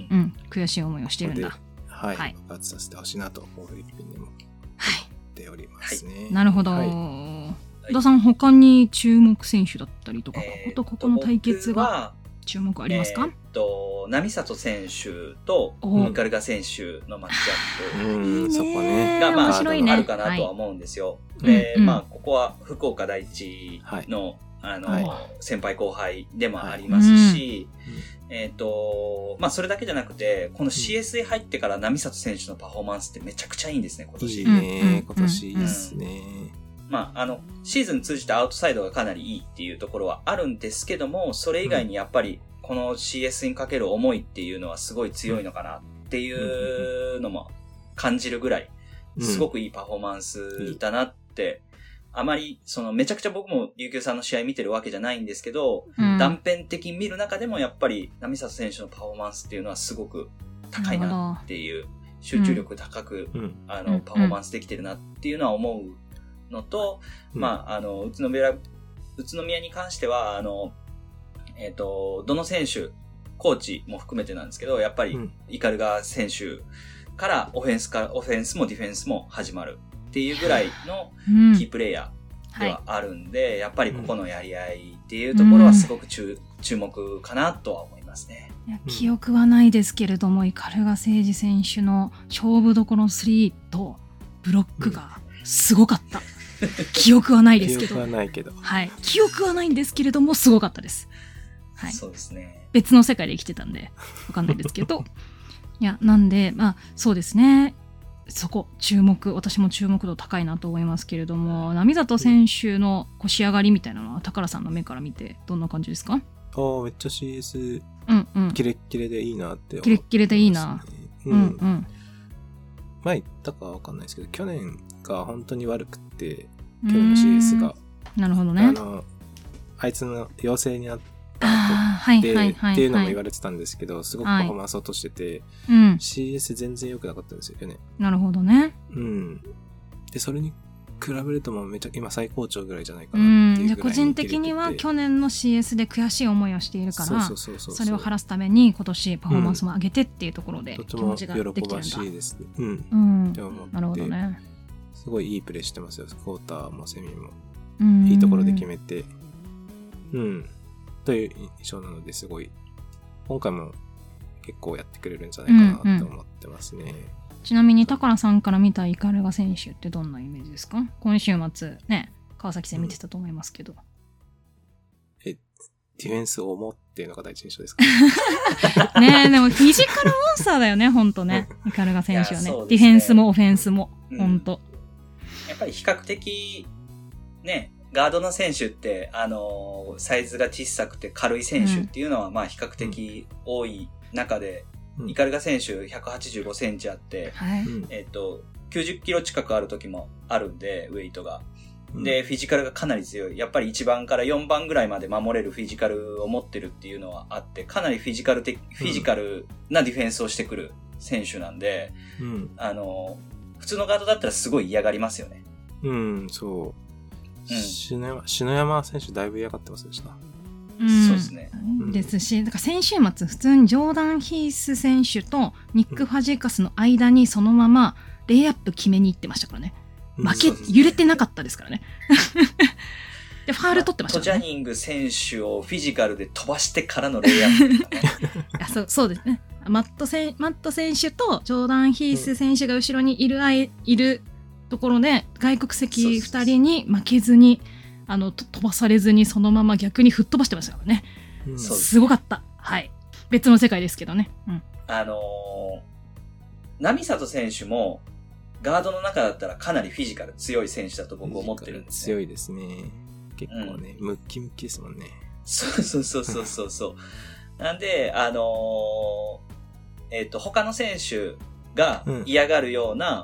[SPEAKER 2] うん。悔しい思いをしているんだ。
[SPEAKER 1] はい。はい、爆発させてほしいなと、コーフィリッピンにも。はい。っておりますね。
[SPEAKER 2] はい、なるほど。はい、小田さん、他に注目選手だったりとか、
[SPEAKER 3] えー、
[SPEAKER 2] こことここの対決が注目ありますか？
[SPEAKER 3] えー、っと、並里選手とミカルガ選手のマッチアップ
[SPEAKER 1] うん、そこね
[SPEAKER 3] が、まあ、
[SPEAKER 2] 面白いね、
[SPEAKER 3] あるかなとは思うんですよ。はい、で、うんうん、まあ、ここは福岡第一の、はい、あの、はい、先輩後輩でもありますし、はい、えー、っと、まあ、それだけじゃなくて、この シーエス へ入ってから並里選手のパフォーマンスってめちゃくちゃいいんですね、今年。
[SPEAKER 1] いいね、今年いいですね。
[SPEAKER 3] うんまあ、あの、シーズン通じてアウトサイドがかなりいいっていうところはあるんですけども、それ以外にやっぱり、この シーエス にかける思いっていうのはすごい強いのかなっていうのも感じるぐらい、すごくいいパフォーマンスだなって、あまり、その、めちゃくちゃ僕も琉球さんの試合見てるわけじゃないんですけど、うん、断片的に見る中でもやっぱり、並里選手のパフォーマンスっていうのはすごく高いなっていう、集中力高く、うん、あの、パフォーマンスできてるなっていうのは思うのと、うん、まあ、あの、宇都宮、宇都宮に関しては、あの、えっと、どの選手、コーチも含めてなんですけど、やっぱり、イカルガ選手からオフェンスから、オフェンスもディフェンスも始まるっていうぐらいのキープレイヤーではあるんで、うんはい、やっぱりここのやり合いっていうところはすごく注、うん、注目かなとは思いますね。
[SPEAKER 2] いや記憶はないですけれども、イカルガ誠司選手の勝負どころスリーとブロックがすごかった。うん記憶はないですけど。
[SPEAKER 1] 記憶はないけど。
[SPEAKER 2] はい。記憶はないんですけれども、すごかったです。はい。
[SPEAKER 3] そうですね。
[SPEAKER 2] 別の世界で生きてたんで、わかんないですけど。いや、なんで、まあ、そうですね。そこ、注目、私も注目度高いなと思いますけれども、並里選手の腰上がりみたいなのは、宝さんの目から見て、どんな感じですか？
[SPEAKER 1] ああ、めっちゃ シーエス、
[SPEAKER 2] うんうん。
[SPEAKER 1] キレッキレでいいなって思ってますね。
[SPEAKER 2] キレッキレでいいな。うんうん。
[SPEAKER 1] 前言ったかわかんないですけど、去年が本当に悪くて、去年の シーエス が。
[SPEAKER 2] なるほどね。
[SPEAKER 1] あの、あいつの陽性になった後って、っていうのも言われてたんですけど、すごくパフォーマンス落としてて、
[SPEAKER 2] はいうん、
[SPEAKER 1] シーエス 全然良くなかったんですよね。
[SPEAKER 2] なるほどね。
[SPEAKER 1] うん。で、それに比べるともうめちゃ、今最高潮ぐらいじゃないかなっていうぐらいに切れてて。
[SPEAKER 2] 個人的には去年の シーエス で悔しい思いをしているから、
[SPEAKER 1] そうそうそうそう
[SPEAKER 2] それを晴らすために今年パフォーマンスも上げてっていうところで気持ちができてるんだ。
[SPEAKER 1] とても喜ばしいですね。うん。
[SPEAKER 2] うん。
[SPEAKER 1] って思って。
[SPEAKER 2] なるほどね。
[SPEAKER 1] すごいいいプレーしてますよ。クォーターもセミも。いいところで決めて。うん。という印象なのですごい、今回も結構やってくれるんじゃないかなと思ってますね。うんうん、
[SPEAKER 2] ちなみに宝さんから見たイカルガ選手ってどんなイメージですか？今週末ね、川崎戦見てたと思いますけど。うん、
[SPEAKER 1] え、ディフェンス重っていうのが第一印象ですか？
[SPEAKER 2] ねえ、でもフィジカルモンスターだよね、ほんとね。イカルガ選手はね。ねディフェンスもオフェンスも、うん、ほんと。
[SPEAKER 3] やっぱり比較的、ね、ガードの選手って、あのー、サイズが小さくて軽い選手っていうのは、まあ比較的多い中で、うん、イカルガ選手ひゃくはちじゅうごセンチあって、
[SPEAKER 2] はい、
[SPEAKER 3] えっと、きゅうじゅっキロ近くある時もあるんで、ウェイトが。で、フィジカルがかなり強い。やっぱりいちばんからよんばんぐらいまで守れるフィジカルを持ってるっていうのはあって、かなりフィジカル的、フィジカルなディフェンスをしてくる選手なんで、
[SPEAKER 1] うん、
[SPEAKER 3] あのー、普通のガードだったらすごい嫌がりますよね。
[SPEAKER 1] うん、そう。うん、篠山、篠山選手だいぶ嫌がってますでした。
[SPEAKER 2] うん、
[SPEAKER 3] そうですね。
[SPEAKER 2] ですし、だから先週末普通にジョーダン・ヒース選手とニック・ファジーカスの間にそのままレイアップ決めに行ってましたからね。負け、うん、揺れてなかったですからね。で、ファール取ってましたからね。
[SPEAKER 3] トジャニング選手をフィジカルで飛ばしてからのレイアップとかね。
[SPEAKER 2] いや、そう、そうですね。マットせマット選手とジョーダン・ヒース選手が後ろにいる、あい、いるところで外国籍ふたりに負けずにあの飛ばされずにそのまま逆に吹っ飛ばしてましたからね、うん、すごかった。はい、別の世界ですけどね、うん、
[SPEAKER 3] あのー、並里選手もガードの中だったらかなりフィジカル強い選手だと僕思ってるんです、ね、
[SPEAKER 1] 強いですね。結構ね、うん、ムッキムキですもんね。
[SPEAKER 3] そうそうそうそうそうそうなんであのー、えっと他の選手が嫌がるような、うんフ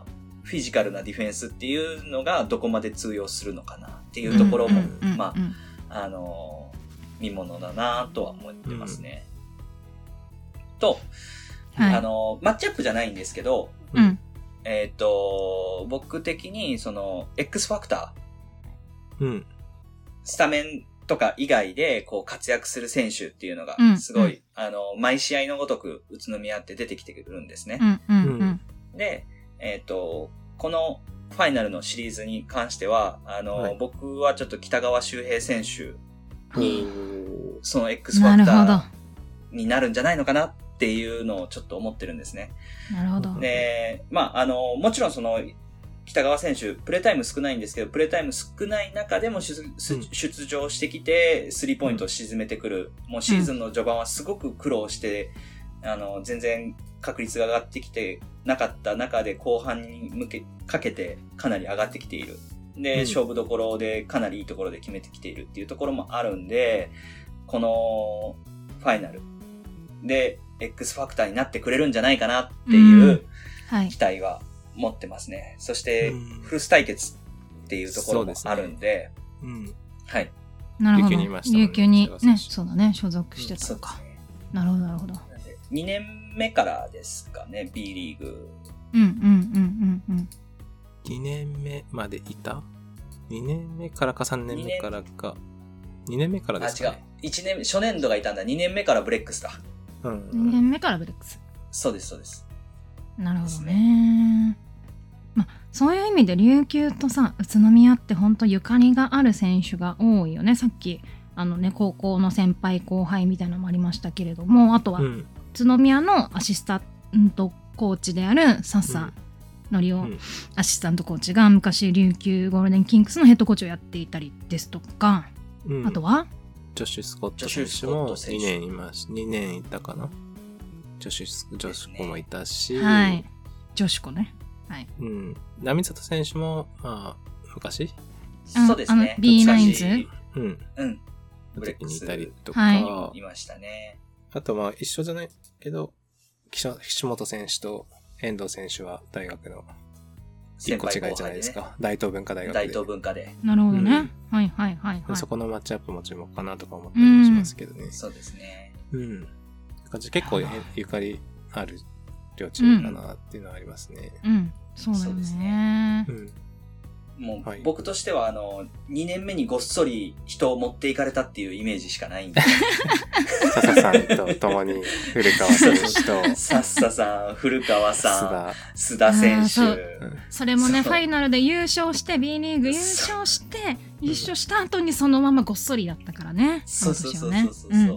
[SPEAKER 3] フィジカルなディフェンスっていうのがどこまで通用するのかなっていうところも、
[SPEAKER 2] うんうん、
[SPEAKER 3] まあ、あのー、見ものだなとは思ってますね。うん、と、はい、あのー、マッチアップじゃないんですけど、
[SPEAKER 2] うん、
[SPEAKER 3] えっと、僕的にその X ファクタ
[SPEAKER 1] ー、うん、
[SPEAKER 3] スタメンとか以外でこう活躍する選手っていうのがすごい、うん、あの、毎試合のごとく宇都宮って出てきてくるんですね。
[SPEAKER 2] うんうんうん、
[SPEAKER 3] で、えっと、このファイナルのシリーズに関しては、あの、はい、僕はちょっと北川周平選手に、その X ファクターになるんじゃないのかなっていうのをちょっと思ってるんですね。
[SPEAKER 2] なるほど。
[SPEAKER 3] で、まあ、あの、もちろんその、北川選手、プレータイム少ないんですけど、プレータイム少ない中でも出、うん、出場してきて、スリーポイントを沈めてくる。うん、もうシーズンの序盤はすごく苦労して、あの、全然確率が上がってきてなかった中で、後半に向け、かけてかなり上がってきている。で、うん、勝負どころでかなりいいところで決めてきているっていうところもあるんで、このファイナルで X ファクターになってくれるんじゃないかなっていう期待は持ってますね。そして、フルス対決っていうところもあるんで、
[SPEAKER 1] うん、
[SPEAKER 3] はい。
[SPEAKER 2] なるほど。
[SPEAKER 1] 琉球にいましたもんね。
[SPEAKER 2] 琉球にね、そうだね、所属してたのか。うんね、なるほど、なるほど。
[SPEAKER 3] にねんめからですかね、B リーグ。
[SPEAKER 2] うんうんうんうんうん。
[SPEAKER 1] にねんめまでいた ?に 年目からかさんねんめからか。にねんめからですかね。
[SPEAKER 3] あ、違う。いちねん、初年度がいたんだ。にねんめからブレックスだ。
[SPEAKER 1] うん、うん。
[SPEAKER 2] にねんめからブレックス。
[SPEAKER 3] そうです、そうです。
[SPEAKER 2] なるほどね。まあ、そういう意味で琉球とさ、宇都宮って本当ゆかりがある選手が多いよね。さっきあのね、高校の先輩後輩みたいなのもありましたけれども、あとは、うん、宇都宮のアシスタントコーチである笹のりおアシスタントコーチが昔琉球ゴールデンキングスのヘッドコーチをやっていたりですとか、うん、あとは
[SPEAKER 1] ジョシュ・スコット選手もにねんいましにねんいたかな。ジョシュ・ジョシュコもいたし、
[SPEAKER 2] はい、ジョシュコね、はい、
[SPEAKER 1] うん、波里選手もまあ昔
[SPEAKER 3] そうですね、
[SPEAKER 2] ビーナインズ、
[SPEAKER 1] うん
[SPEAKER 3] うん
[SPEAKER 1] の時にいたりとか、
[SPEAKER 2] は
[SPEAKER 3] い、いましたね。
[SPEAKER 1] あとまあ一緒じゃないけど岸本選手と遠藤選手は大学の一個違いじゃないですか、ね、大東文化大学で。
[SPEAKER 3] 大東文化で。
[SPEAKER 2] なるほどね、うん、はいはいはい、はい、
[SPEAKER 1] そこのマッチアップも注目かなとか思ったりもしますけどね、
[SPEAKER 3] うん、そうですね、
[SPEAKER 1] うん、結構ゆかりある両チームかなっていうのはありますね。
[SPEAKER 2] うん、うん、そうだよね。
[SPEAKER 1] うん、
[SPEAKER 3] もう僕としてはあのにねんめにごっそり人を持っていかれたっていうイメージしかないんで。
[SPEAKER 1] 笹さんと共に古川選手と
[SPEAKER 3] 笹さん、古川さん、須田選手。
[SPEAKER 2] そ, それもねファイナルで優勝して B リーグ優勝して優勝した後にそのままごっそりだったからね。
[SPEAKER 3] そうそうそうそうそう。うんうんうん、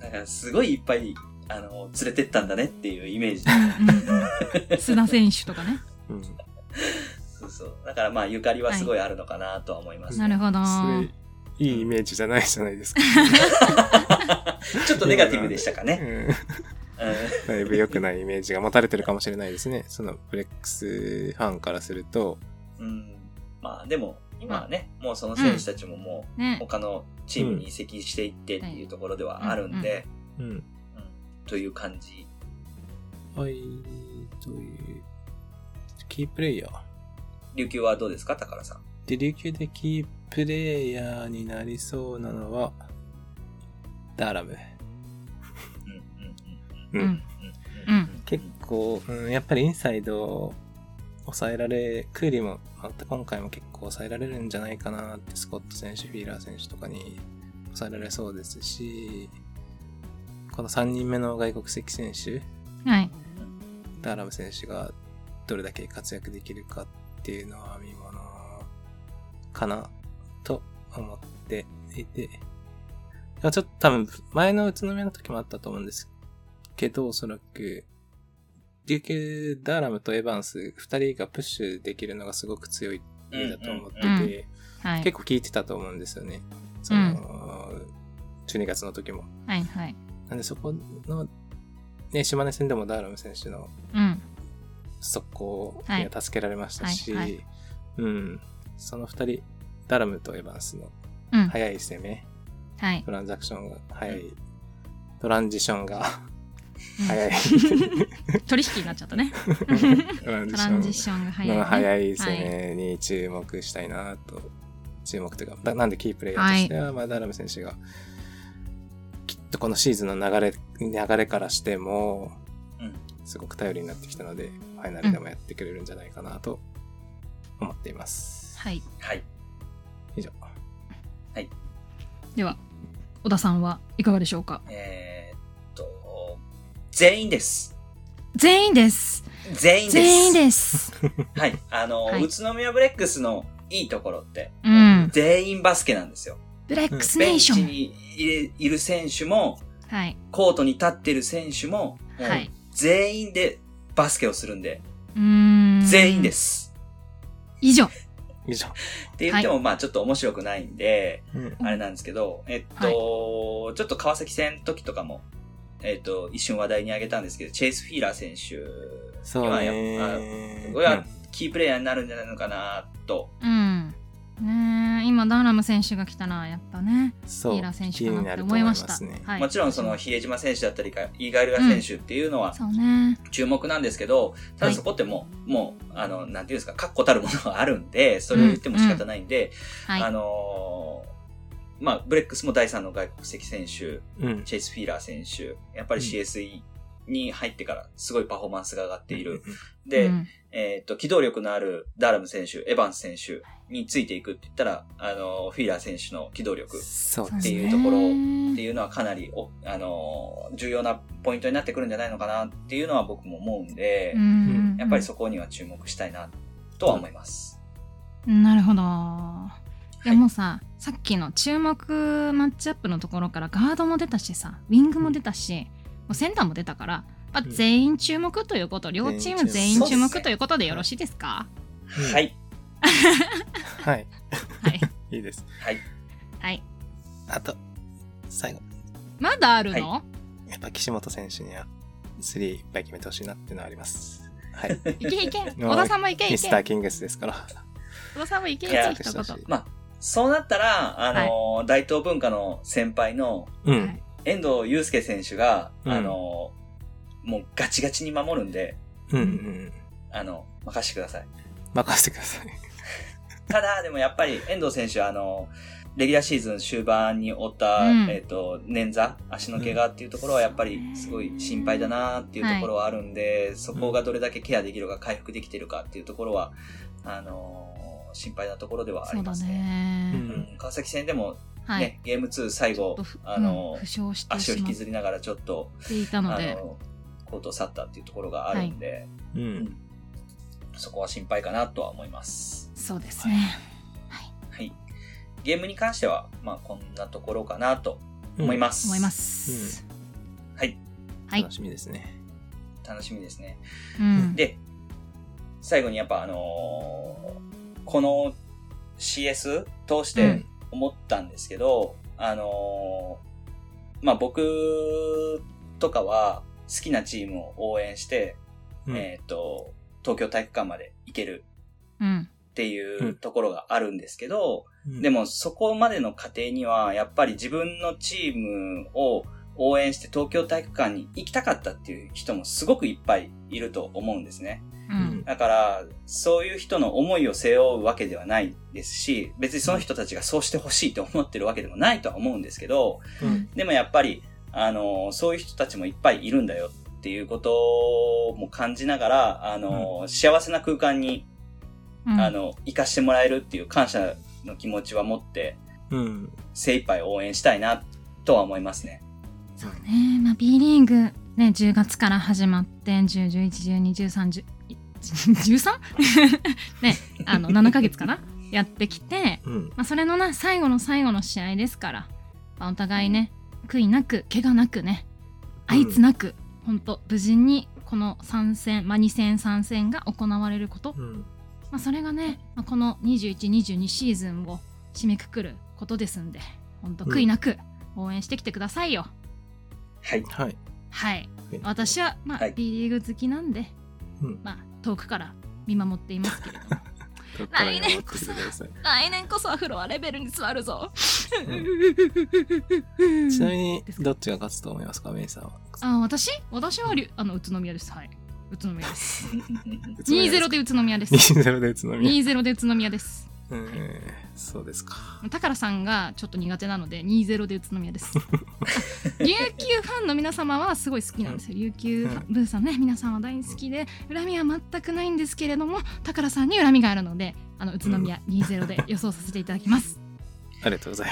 [SPEAKER 3] だからすごいいっぱいあの連れてったんだねっていうイメージ。
[SPEAKER 2] うんうんうん、須田選手とかね。
[SPEAKER 1] うん
[SPEAKER 3] そうそう。だからまあゆかりはすごいあるのかなとは思います、
[SPEAKER 2] ね、はい、なるほど。
[SPEAKER 1] それいいイメージじゃないじゃないですか。
[SPEAKER 3] ちょっとネガティブでしたかね。
[SPEAKER 1] うん、だいぶ良くないイメージが持たれてるかもしれないですね。そのブレックスファンからすると。
[SPEAKER 3] うん。まあでも今はね、もうその選手たちももう他のチームに移籍していってっていうところではあるんで、
[SPEAKER 1] うん。うんうん、
[SPEAKER 3] という感じ。
[SPEAKER 1] はい、というキープレイヤー。
[SPEAKER 3] 琉球はどうですか、宝さん。
[SPEAKER 1] で、琉球でキープレイヤーになりそうなのは、ダーラム。
[SPEAKER 3] うん。うん。うん。
[SPEAKER 2] うん。
[SPEAKER 1] 結構、うん、やっぱりインサイド抑えられ、クーリーも、また今回も結構抑えられるんじゃないかなって、スコット選手、フィーラー選手とかに抑えられそうですし、このさんにんめの外国籍選手、
[SPEAKER 2] はい。
[SPEAKER 1] ダーラム選手がどれだけ活躍できるかっていうのは見ものかなと思っていて、ちょっと多分前の宇都宮の時もあったと思うんですけど、おそらく琉球ダーラムとエヴァンスふたりがプッシュできるのがすごく強い例だと思ってて、うんうんはい、結構効いてたと思うんですよね。その、うん、じゅうにがつの時も。
[SPEAKER 2] はいはい。
[SPEAKER 1] なんでそこのね、島根戦でもダーラム選手の速攻には助けられましたし、はいはいはい、うん、そのふたり、ダラムとエヴァンスの速い攻め、
[SPEAKER 2] うんはい、
[SPEAKER 1] トランザクションが速い、トランジションが早い
[SPEAKER 2] 取引になっちゃったねトランジションが早い、ね、
[SPEAKER 1] 早い攻めに注目したいなと、はい、注目というかなんでキープレイヤーとしては、はい、まあ、ダーラム選手がきっとこのシーズンの流れ流れからしても、うん、すごく頼りになってきたのでファイナルでもやってくれるんじゃないかなと思っています、
[SPEAKER 2] うん、はい
[SPEAKER 3] はい
[SPEAKER 1] 以上。
[SPEAKER 3] はい。
[SPEAKER 2] では小田さんはいかがでしょうか。
[SPEAKER 3] えー、っと全員です。
[SPEAKER 2] 全員です。
[SPEAKER 3] 全員です。
[SPEAKER 2] 全員です。
[SPEAKER 3] はい。あの、はい、宇都宮ブレックスのいいところって、
[SPEAKER 2] うん、
[SPEAKER 3] 全員バスケなんですよ。
[SPEAKER 2] ブレックスネーション。
[SPEAKER 3] ベンチにいる、いる選手も、
[SPEAKER 2] はい、
[SPEAKER 3] コートに立ってる選手も、はい、全員でバスケをするんで、
[SPEAKER 2] うーん
[SPEAKER 3] 全員です。
[SPEAKER 2] 以上。
[SPEAKER 1] 以上。
[SPEAKER 3] って言っても、はい、まあちょっと面白くないんで、うん、あれなんですけど、えっと、はい、ちょっと川崎戦の時とかも、えっと、一瞬話題に挙げたんですけど、チェイス・フィーラー選手にはやっぱ、これはキープレイヤーになるんじゃないのかなと。
[SPEAKER 2] うん。ねえ、今ダーラム選手が来たらやっぱね、フィーラー選手かなって思いました。
[SPEAKER 1] ね、
[SPEAKER 2] はい、
[SPEAKER 3] もちろんその比江島選手だったりかイーガイルガ選手っていうのは注目なんですけど、うんね、ただそこってもう、はい、もうあのなんていうんですか、確固たるものがあるんで、それを言っても仕方ないんで、うんうん、あのー、まあブレックスもだいさんの外国籍選手、うん、チェイス・フィーラー選手、やっぱり シーエスイー に入ってからすごいパフォーマンスが上がっている。うん、で、うん、えっと機動力のあるダーラム選手、エヴァンス選手についていくって言ったら、あの、フィーラー選手の機動力っていうところっていうのはかなり、あの、重要なポイントになってくるんじゃないのかなっていうのは僕も思うんで、うん、やっぱりそこには注目したいなとは思います。
[SPEAKER 2] なるほど。いやもうさ、さっきの注目マッチアップのところからガードも出たしさ、ウィングも出たし、もうセンターも出たから、まあ、全員注目ということ、両チーム全員注目ということでよろしいですか？
[SPEAKER 3] はい。
[SPEAKER 1] はい。
[SPEAKER 2] はい。
[SPEAKER 1] いいです。
[SPEAKER 3] はい。
[SPEAKER 2] はい。
[SPEAKER 1] あと、最後。
[SPEAKER 2] まだあるの？
[SPEAKER 1] はい、やっぱ岸本選手にはスリーいっぱい決めてほしいなっていうのはあります。はい。
[SPEAKER 2] いけいけ。小田さんもいけいけ。
[SPEAKER 1] ミスターキングスですから。
[SPEAKER 2] 小田さんもいけいけ一言。
[SPEAKER 3] まあ、そうなったら、あのーはい、大東文化の先輩の、うん、遠藤祐介選手が、うん、あのー、もうガチガチに守るんで、
[SPEAKER 1] うんうん、
[SPEAKER 3] あの、任せてください。
[SPEAKER 1] 任せてください。
[SPEAKER 3] ただ、でもやっぱり遠藤選手は、あの、レギュラーシーズン終盤に負った、うん、えっと、捻挫、足の怪我っていうところはやっぱりすごい心配だなっていうところはあるんで、はい、そこがどれだけケアできるか回復できてるかっていうところは、あのー、心配なところではありますね。
[SPEAKER 2] そうだね、
[SPEAKER 3] うん、川崎戦でも、ね、はい、ゲームツー最後、あのー、
[SPEAKER 2] 負傷して
[SPEAKER 3] 足を引きずりながらちょっと、
[SPEAKER 2] いたので、
[SPEAKER 3] あのー、コートを去ったっていうところがあるんで、はいうん、そこは心配かなとは思います。
[SPEAKER 2] そうですね。
[SPEAKER 3] はい。はい、ゲームに関しては、まあこんなところかなと思います。
[SPEAKER 2] うん、思います。
[SPEAKER 3] うん、はい。
[SPEAKER 1] 楽しみですね。
[SPEAKER 3] 楽しみですね。
[SPEAKER 2] うん、
[SPEAKER 3] で、最後にやっぱあのー、この シーエス 通して思ったんですけど、うん、あのー、まあ僕とかは好きなチームを応援して、うん、えっと、東京体育館まで行けるっていうところがあるんですけど、うん、でもそこまでの過程にはやっぱり自分のチームを応援して東京体育館に行きたかったっていう人もすごくいっぱいいると思うんですね。
[SPEAKER 2] うん、
[SPEAKER 3] だからそういう人の思いを背負うわけではないですし、別にその人たちがそうしてほしいと思ってるわけでもないとは思うんですけど、うん、でもやっぱりあのそういう人たちもいっぱいいるんだよっていうことも感じながら、あの、うん、幸せな空間に、うん、あの、生かしてもらえるっていう感謝の気持ちは持って、うん、精一杯応援したいなとは思いますね。
[SPEAKER 2] そうね。まあ、B リーグね、じゅうがつから始まって、じゅう、じゅういち、じゅうに、じゅうさん、じゅうさん? ね、あの、ななかげつかなやってきて、うん、まあ、それのな、最後の最後の試合ですから、まあ、お互いね、悔いなく、怪我なくね、あいつなく、うん本当無事にこのさん戦、まあ、に戦さん戦が行われること、うんまあ、それがね、まあ、このにじゅういち、にじゅうにシーズンを締めくくることですんで本当悔いなく応援してきてくださいよ。
[SPEAKER 3] はい
[SPEAKER 1] はい、
[SPEAKER 2] はい、私は、まあはい、B リーグ好きなんで、うんまあ、遠くから見守っていますけれども来年こそ来年こそはフロアレベルに座るぞ、
[SPEAKER 1] うん、ちなみにどっちが勝つと思いますか、メイさんは。
[SPEAKER 2] あ、私私はあの宇都宮です。はい、宇都宮です。にたいゼロで宇都宮です。
[SPEAKER 1] にたいゼロで宇都宮。
[SPEAKER 2] にたいゼロで宇都宮です。
[SPEAKER 1] うん、そうですか。
[SPEAKER 2] 宝さんがちょっと苦手なのでにたいゼロで宇都宮です。琉球ファンの皆様はすごい好きなんですよ。琉球ブーさんね、皆さんは大好きで恨みは全くないんですけれども、宝さんに恨みがあるので、あの宇都宮にたいゼロで予想させていただきます。
[SPEAKER 1] ありがとうございます。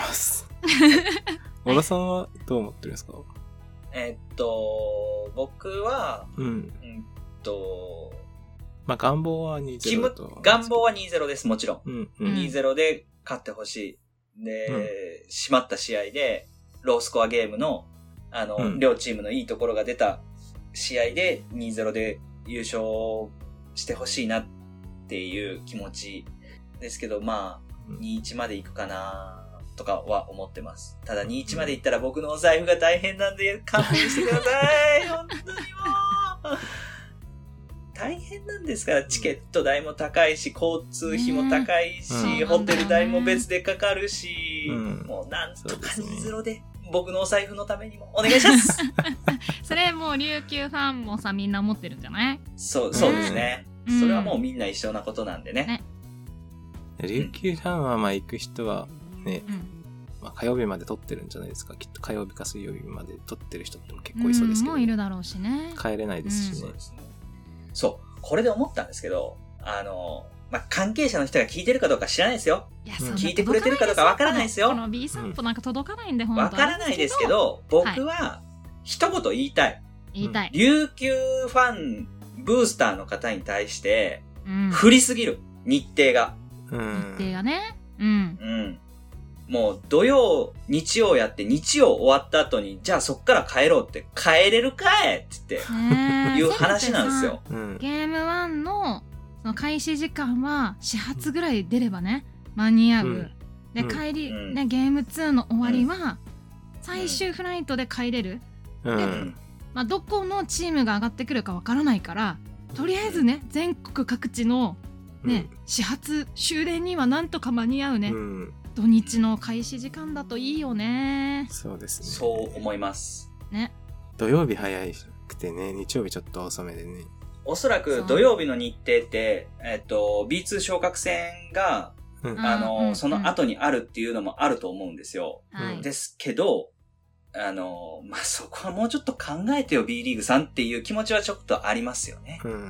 [SPEAKER 1] 小田さんはどう思ってるんですか？
[SPEAKER 3] えっと僕は、
[SPEAKER 1] うん、
[SPEAKER 3] うんと
[SPEAKER 1] まあ願望はにたいゼロと。
[SPEAKER 3] 願望はにたいゼロです、もちろん。
[SPEAKER 1] うんうん、
[SPEAKER 3] にたいゼロで勝ってほしい。で、うん、締まった試合で、ロースコアゲームの、あの、うん、両チームのいいところが出た試合でにたいゼロで優勝してほしいなっていう気持ちですけど、まあ、にたいいちまでいくかなとかは思ってます。ただにたいいちまでいったら僕のお財布が大変なんで勘弁してください。本当にもう。大変なんですから、チケット代も高いし、交通費も高いし、うん、ホテル代も別でかかるし、うん、もうなんとかにたいゼロで僕のお財布のためにもお願いします。
[SPEAKER 2] それもう琉球ファンもさ、みんな思ってるんじゃない？
[SPEAKER 3] そう、そうですね、うん。それはもうみんな一緒なことなんでね。ね、
[SPEAKER 1] 琉球ファンはまあ行く人はね、うん、まあ、火曜日まで撮ってるんじゃないですか。きっと火曜日か水曜日まで撮ってる人っても結構いそうですけど、ね、
[SPEAKER 2] うん、もういるだろうしね。
[SPEAKER 1] 帰れないですしね。うん、そうですね。
[SPEAKER 3] そう、これで思ったんですけど、あの、まあ、関係者の人が聞いてるかどうか知らないですよ。いや、聞いてくれてるかどうかわからないですよ。
[SPEAKER 2] この B 散歩なんか届かないんで、本当
[SPEAKER 3] わからないですけど、僕は一言言いたい。
[SPEAKER 2] 言いたい。
[SPEAKER 3] 琉球ファン、ブースターの方に対して、振りすぎる。日程が。
[SPEAKER 2] うん、日程がね。うん。
[SPEAKER 3] うん。もう土曜、日曜やって日曜終わった後に、じゃあそっから帰ろうって、帰れるかいって言って、いう話なんですよ。
[SPEAKER 2] ゲームワンのその開始時間は始発ぐらい出ればね、間に合う。うん、で、帰り、うん、で、ゲームツーの終わりは、最終フライトで帰れる。うん、で、まあ、どこのチームが上がってくるかわからないから、とりあえずね、全国各地のね、うん、始発終電にはなんとか間に合うね。うん、土日の開始時間だといいよね。
[SPEAKER 1] そうですね。
[SPEAKER 3] そう思います。
[SPEAKER 2] ね。
[SPEAKER 1] 土曜日早くてね、日曜日ちょっと遅めでね。
[SPEAKER 3] おそらく土曜日の日程って、えっと、ビーツー 昇格戦が、うん、あの、うん、その後にあるっていうのもあると思うんですよ。うん、ですけど、あの、まあ、そこはもうちょっと考えてよ B リーグさんっていう気持ちはちょっとありますよね。うん。うん。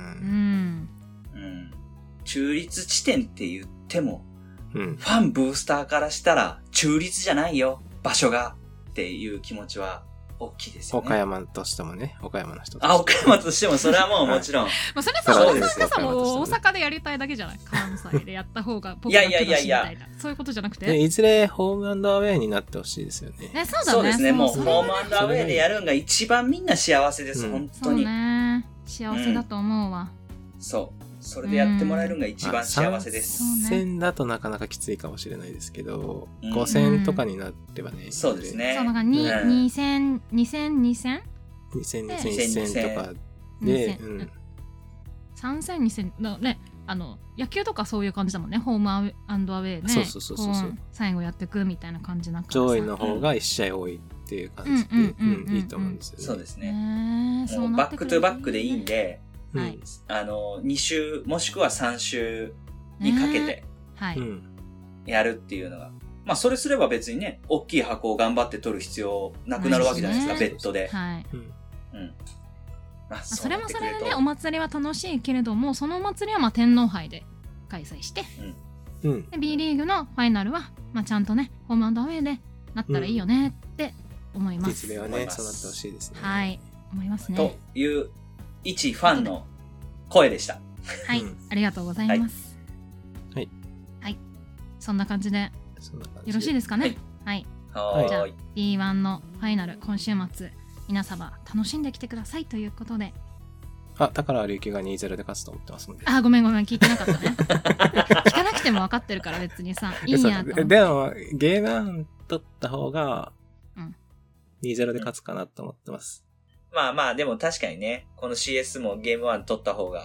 [SPEAKER 3] うん、中立地点って言っても、うん、ファンブースターからしたら中立じゃないよ場所がっていう気持ちは大きいですよね。
[SPEAKER 1] 岡山としてもね、岡山の人としても。
[SPEAKER 3] あ、岡山としてもそれはもうもちろん。ま
[SPEAKER 2] あそれさ、小田さんがさ、もう大阪でやりたいだけじゃない。関西でやった方が僕が楽しいみたいな。いやいやいやいや。そういうことじゃなくて。
[SPEAKER 1] いずれホームアンドアウェイになってほしいですよね。
[SPEAKER 2] ね、そうだね。
[SPEAKER 3] そうですね。もうホームアンドアウェイでやるんが一番みんな幸せです、うん、本当に。
[SPEAKER 2] そうね。幸せだと思うわ。
[SPEAKER 3] うん、そう。それでやってもらえるのが一番幸せです。
[SPEAKER 1] さん戦だとなかなかきついかもしれないですけど、うん、ご戦とかになってばね。
[SPEAKER 3] うん、そうですね。
[SPEAKER 2] そう、なんかに、うん、に戦、に戦、に戦 ?
[SPEAKER 1] に戦、に戦、いち戦とかで、うん、
[SPEAKER 2] さん戦、に戦、ね、あの、野球とかそういう感じだもんね。ホームアンドアウェイね。
[SPEAKER 1] そうそうそうそう。
[SPEAKER 2] 最後やっていくみたいな感じな
[SPEAKER 1] 上位の方がいち試合多いっていう感じで、いいと思うんですよね。
[SPEAKER 3] そうですね。もうバックトゥバックでいいんで、はい、あのに週もしくはさん週にかけてやるっていうのが、まあそれすれば別にね、大きい箱を頑張って取る必要なくなるわけじゃないですか、ベッドで。はい。うん。
[SPEAKER 2] まあ、それもそれでね、お祭りは楽しいけれども、そのお祭りはまあ天皇杯で開催して、うん、で B リーグのファイナルはまあちゃんとね、ホームアンドアウェイでなったらいいよねって思います。
[SPEAKER 1] 実例はね、そうなってほしいですね。
[SPEAKER 2] はい、思いますね。
[SPEAKER 3] という一ファンの声でした。
[SPEAKER 2] はい、うん、ありがとうございます。はい。はい。そんな感じで、よろしいですかね。はい。はい。じゃあ ビーワン のファイナル、今週末、皆様楽しんできてくださいということで。
[SPEAKER 1] あ、だから琉球が にたいゼロ で勝つと思ってますので。あ、
[SPEAKER 2] ごめんごめん、聞いてなかったね。聞かなくても分かってるから別にさ、いいやと。
[SPEAKER 1] でも、ゲームワン取った方が、にたいゼロ で勝つかなと思ってます。
[SPEAKER 3] まあまあ、でも確かにね、この シーエス もゲームワン取った方が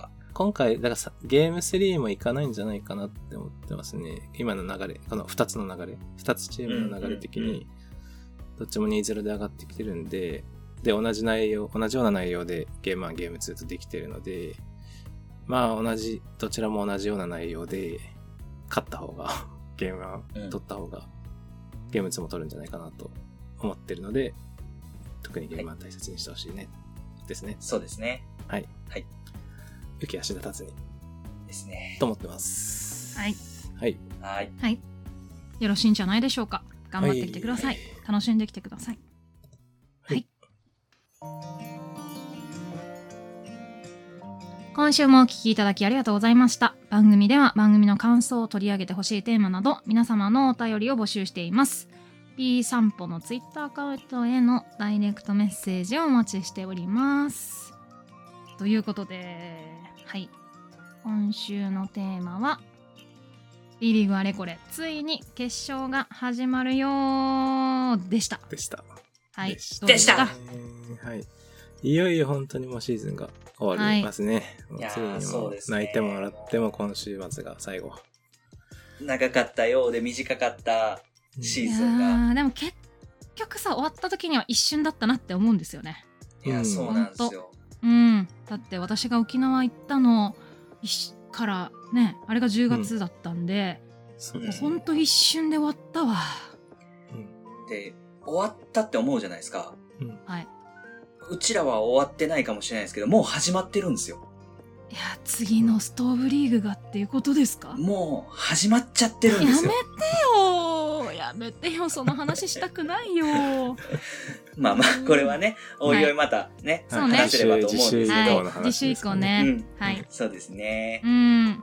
[SPEAKER 1] 今回、だからさゲームスリーもいかないんじゃないかなって思ってますね。今の流れ、このふたつの流れ、ふたつチームの流れ的に、どっちも にたいゼロ で上がってきてるんで、で、同じ内容、同じような内容でゲームワン、ゲームツーとできてるので、まあ同じ、どちらも同じような内容で、勝った方が、ゲームワン取った方が、ゲームツーも取るんじゃないかなと思ってるので、特にゲームワン大切にしてほしいね、はい、ですね。
[SPEAKER 3] そうですね。
[SPEAKER 1] はい。
[SPEAKER 3] はい。
[SPEAKER 1] 浮き足立たずに。ですね。と思ってます。
[SPEAKER 2] はい。
[SPEAKER 1] はい。
[SPEAKER 3] はい。
[SPEAKER 2] はい。よろしいんじゃないでしょうか。頑張ってきてください。はい、楽しんできてください。はい。はい、今週もお聞きいただきありがとうございました。番組では番組の感想を取り上げてほしいテーマなど皆様のお便りを募集しています。P 散歩のツイッターアカウントへのダイレクトメッセージをお待ちしております。ということで、はい。今週のテーマは B リーグあれこれついに決勝が始まるよでした。
[SPEAKER 1] でした。
[SPEAKER 2] はい。
[SPEAKER 3] でした。でした
[SPEAKER 1] はい。いよいよ本当にもうシーズンが終わりますね。はい、
[SPEAKER 3] いや
[SPEAKER 1] ついにもう泣いても笑っても今週末が最後。
[SPEAKER 3] 長かったようで短かったシーズンが。
[SPEAKER 2] いやでも結局さ終わった時には一瞬だったなって思うんですよね。
[SPEAKER 3] いや、うん、そうなんですよ。
[SPEAKER 2] うん。だって私が沖縄行ったのからね、あれがじゅうがつだったんで、うん、もうほんと一瞬で終わったわ。
[SPEAKER 3] うん、で、終わったって思うじゃないですか。
[SPEAKER 2] うん、はい。
[SPEAKER 3] うちらは終わってないかもしれないですけど、もう始まってるんですよ。
[SPEAKER 2] いや、次のストーブリーグがっていうことですか？
[SPEAKER 3] もう始まっちゃってるんですよ。
[SPEAKER 2] やめてよやめてよ、その話したくないよ。
[SPEAKER 3] まあまあ、これはね、おいおいまたね、
[SPEAKER 2] はい、
[SPEAKER 3] 話せればと思うんですけど。
[SPEAKER 2] はい、次週以降ね、うん。はい。
[SPEAKER 3] そうですね。
[SPEAKER 2] うん。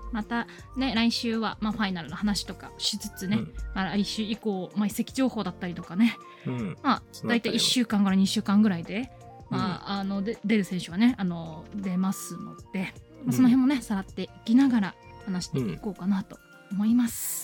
[SPEAKER 2] またね、来週は、まあ、ファイナルの話とかしつつね、うん、まあ、来週以降、まあ、移籍情報だったりとかね、うん、まあ、だいたいいっしゅうかんからにしゅうかんぐらいで、まあ、うん、あので出る選手はね、あの出ますので、まあ、その辺もね、うん、さらっていきながら話していこうかなと思います。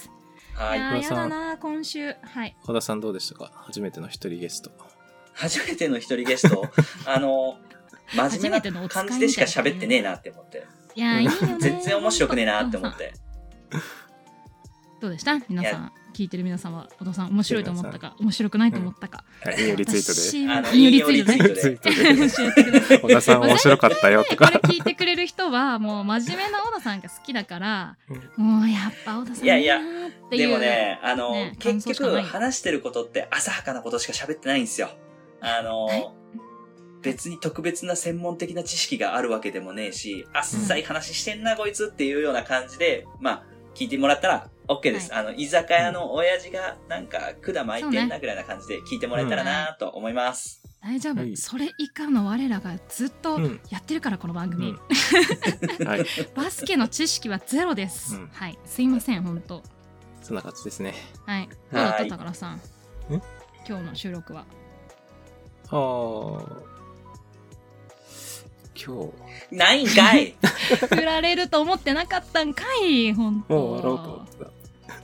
[SPEAKER 2] うん、はい。いやー、やだな今週。はい。
[SPEAKER 1] 小田さんどうでしたか？初めての一人ゲスト。
[SPEAKER 3] 初めての一人ゲストあの真面目な感じでしか喋ってねえなって思って。
[SPEAKER 2] いやー、いいよね。
[SPEAKER 3] 全然面白くねえなって思って。
[SPEAKER 2] どうでした皆さん？聞いてる皆さんは、小田さん面白いと思ったか面白くないと思ったか、
[SPEAKER 1] うん、はい、引用リツイート
[SPEAKER 2] で引用リツイートで教えてください。
[SPEAKER 1] 小田さん面白かったよとか
[SPEAKER 2] これ聞いてくれる人はもう真面目な小田さんが好きだから、うん、もうやっぱ小田さんい
[SPEAKER 3] やいやでもね、あの、ね、結局話してることって浅はかなことしか喋ってないんですよ。あの、はい、別に特別な専門的な知識があるわけでもねえし、あっさい話してんな、うん、こいつっていうような感じで、まあ聞いてもらったらOK です、はい。あの、居酒屋の親父がなんか管巻いてんなぐらいな感じで聞いてもらえたらなと思います。
[SPEAKER 2] うん、大丈夫、はい。それ以下の我らがずっとやってるから、うん、この番組、うんはい。バスケの知識はゼロです。うん、はい。すいません、本当。
[SPEAKER 1] そんな感じですね。
[SPEAKER 2] はい。どうだった高良さん。今日の収録は。
[SPEAKER 1] ああ。今日
[SPEAKER 3] ないんかい
[SPEAKER 2] 振られると思ってなかったんかい本当。
[SPEAKER 1] もう笑おうと思ってた。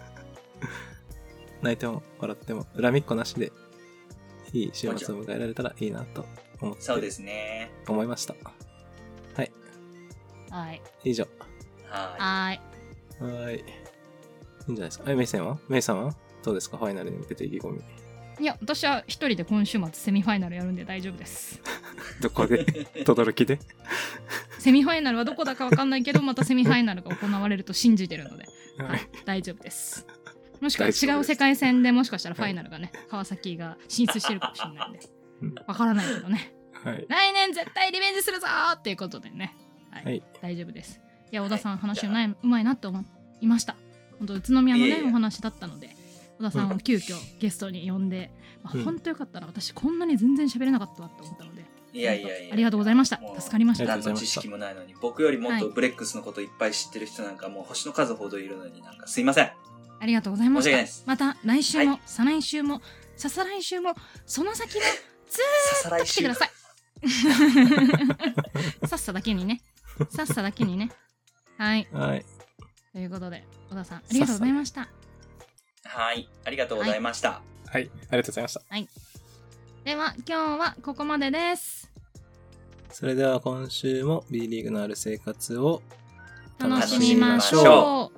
[SPEAKER 1] 泣いても笑っても恨みっこなしでいい週末を迎えられたらいいなと思って
[SPEAKER 3] そうですね
[SPEAKER 1] 思いました。はい
[SPEAKER 2] はい
[SPEAKER 1] 以上
[SPEAKER 2] はい
[SPEAKER 1] はいいいんじゃないですか。えメイさんはメイさんはどうですか？ファイナルに向けて意気込み。
[SPEAKER 2] いや私は一人で今週末セミファイナルやるんで大丈夫です。
[SPEAKER 1] どこで轟で
[SPEAKER 2] セミファイナルはどこだか分かんないけどまたセミファイナルが行われると信じてるので、はい、大丈夫です。もしくは違う世界線でもしかしたらファイナルがね、はい、川崎が進出してるかもしれないんで分からないけどね、はい、来年絶対リベンジするぞーっていうことでね、はいはい、大丈夫です。いや小田さん話うまいなって思いました。本当宇都宮のねお話だったので小田さんを急遽ゲストに呼んで、まあ、本当よかったな、私こんなに全然喋れなかったわって思ったので、
[SPEAKER 3] いやいやいや
[SPEAKER 2] ありがとうございました。助かりました。
[SPEAKER 3] 何の知識もないのに僕よりもっとブレックスのこといっぱい知ってる人なんかもう星の数ほどいるのになんかすいません。
[SPEAKER 2] ありがとうございました。また来週も、
[SPEAKER 3] はい、
[SPEAKER 2] 再来週もささ来週もその先もずーっと来てください。さっさだけにねさっさだけにねはい、
[SPEAKER 1] はい、
[SPEAKER 2] ということで小田さんありがとうございました。
[SPEAKER 3] はい、ありがとうございました。
[SPEAKER 1] はい、はい、ありがとうございました。
[SPEAKER 2] はい。では今日はここまでです。
[SPEAKER 1] それでは今週も B リーグのある生活を
[SPEAKER 2] 楽しみましょう。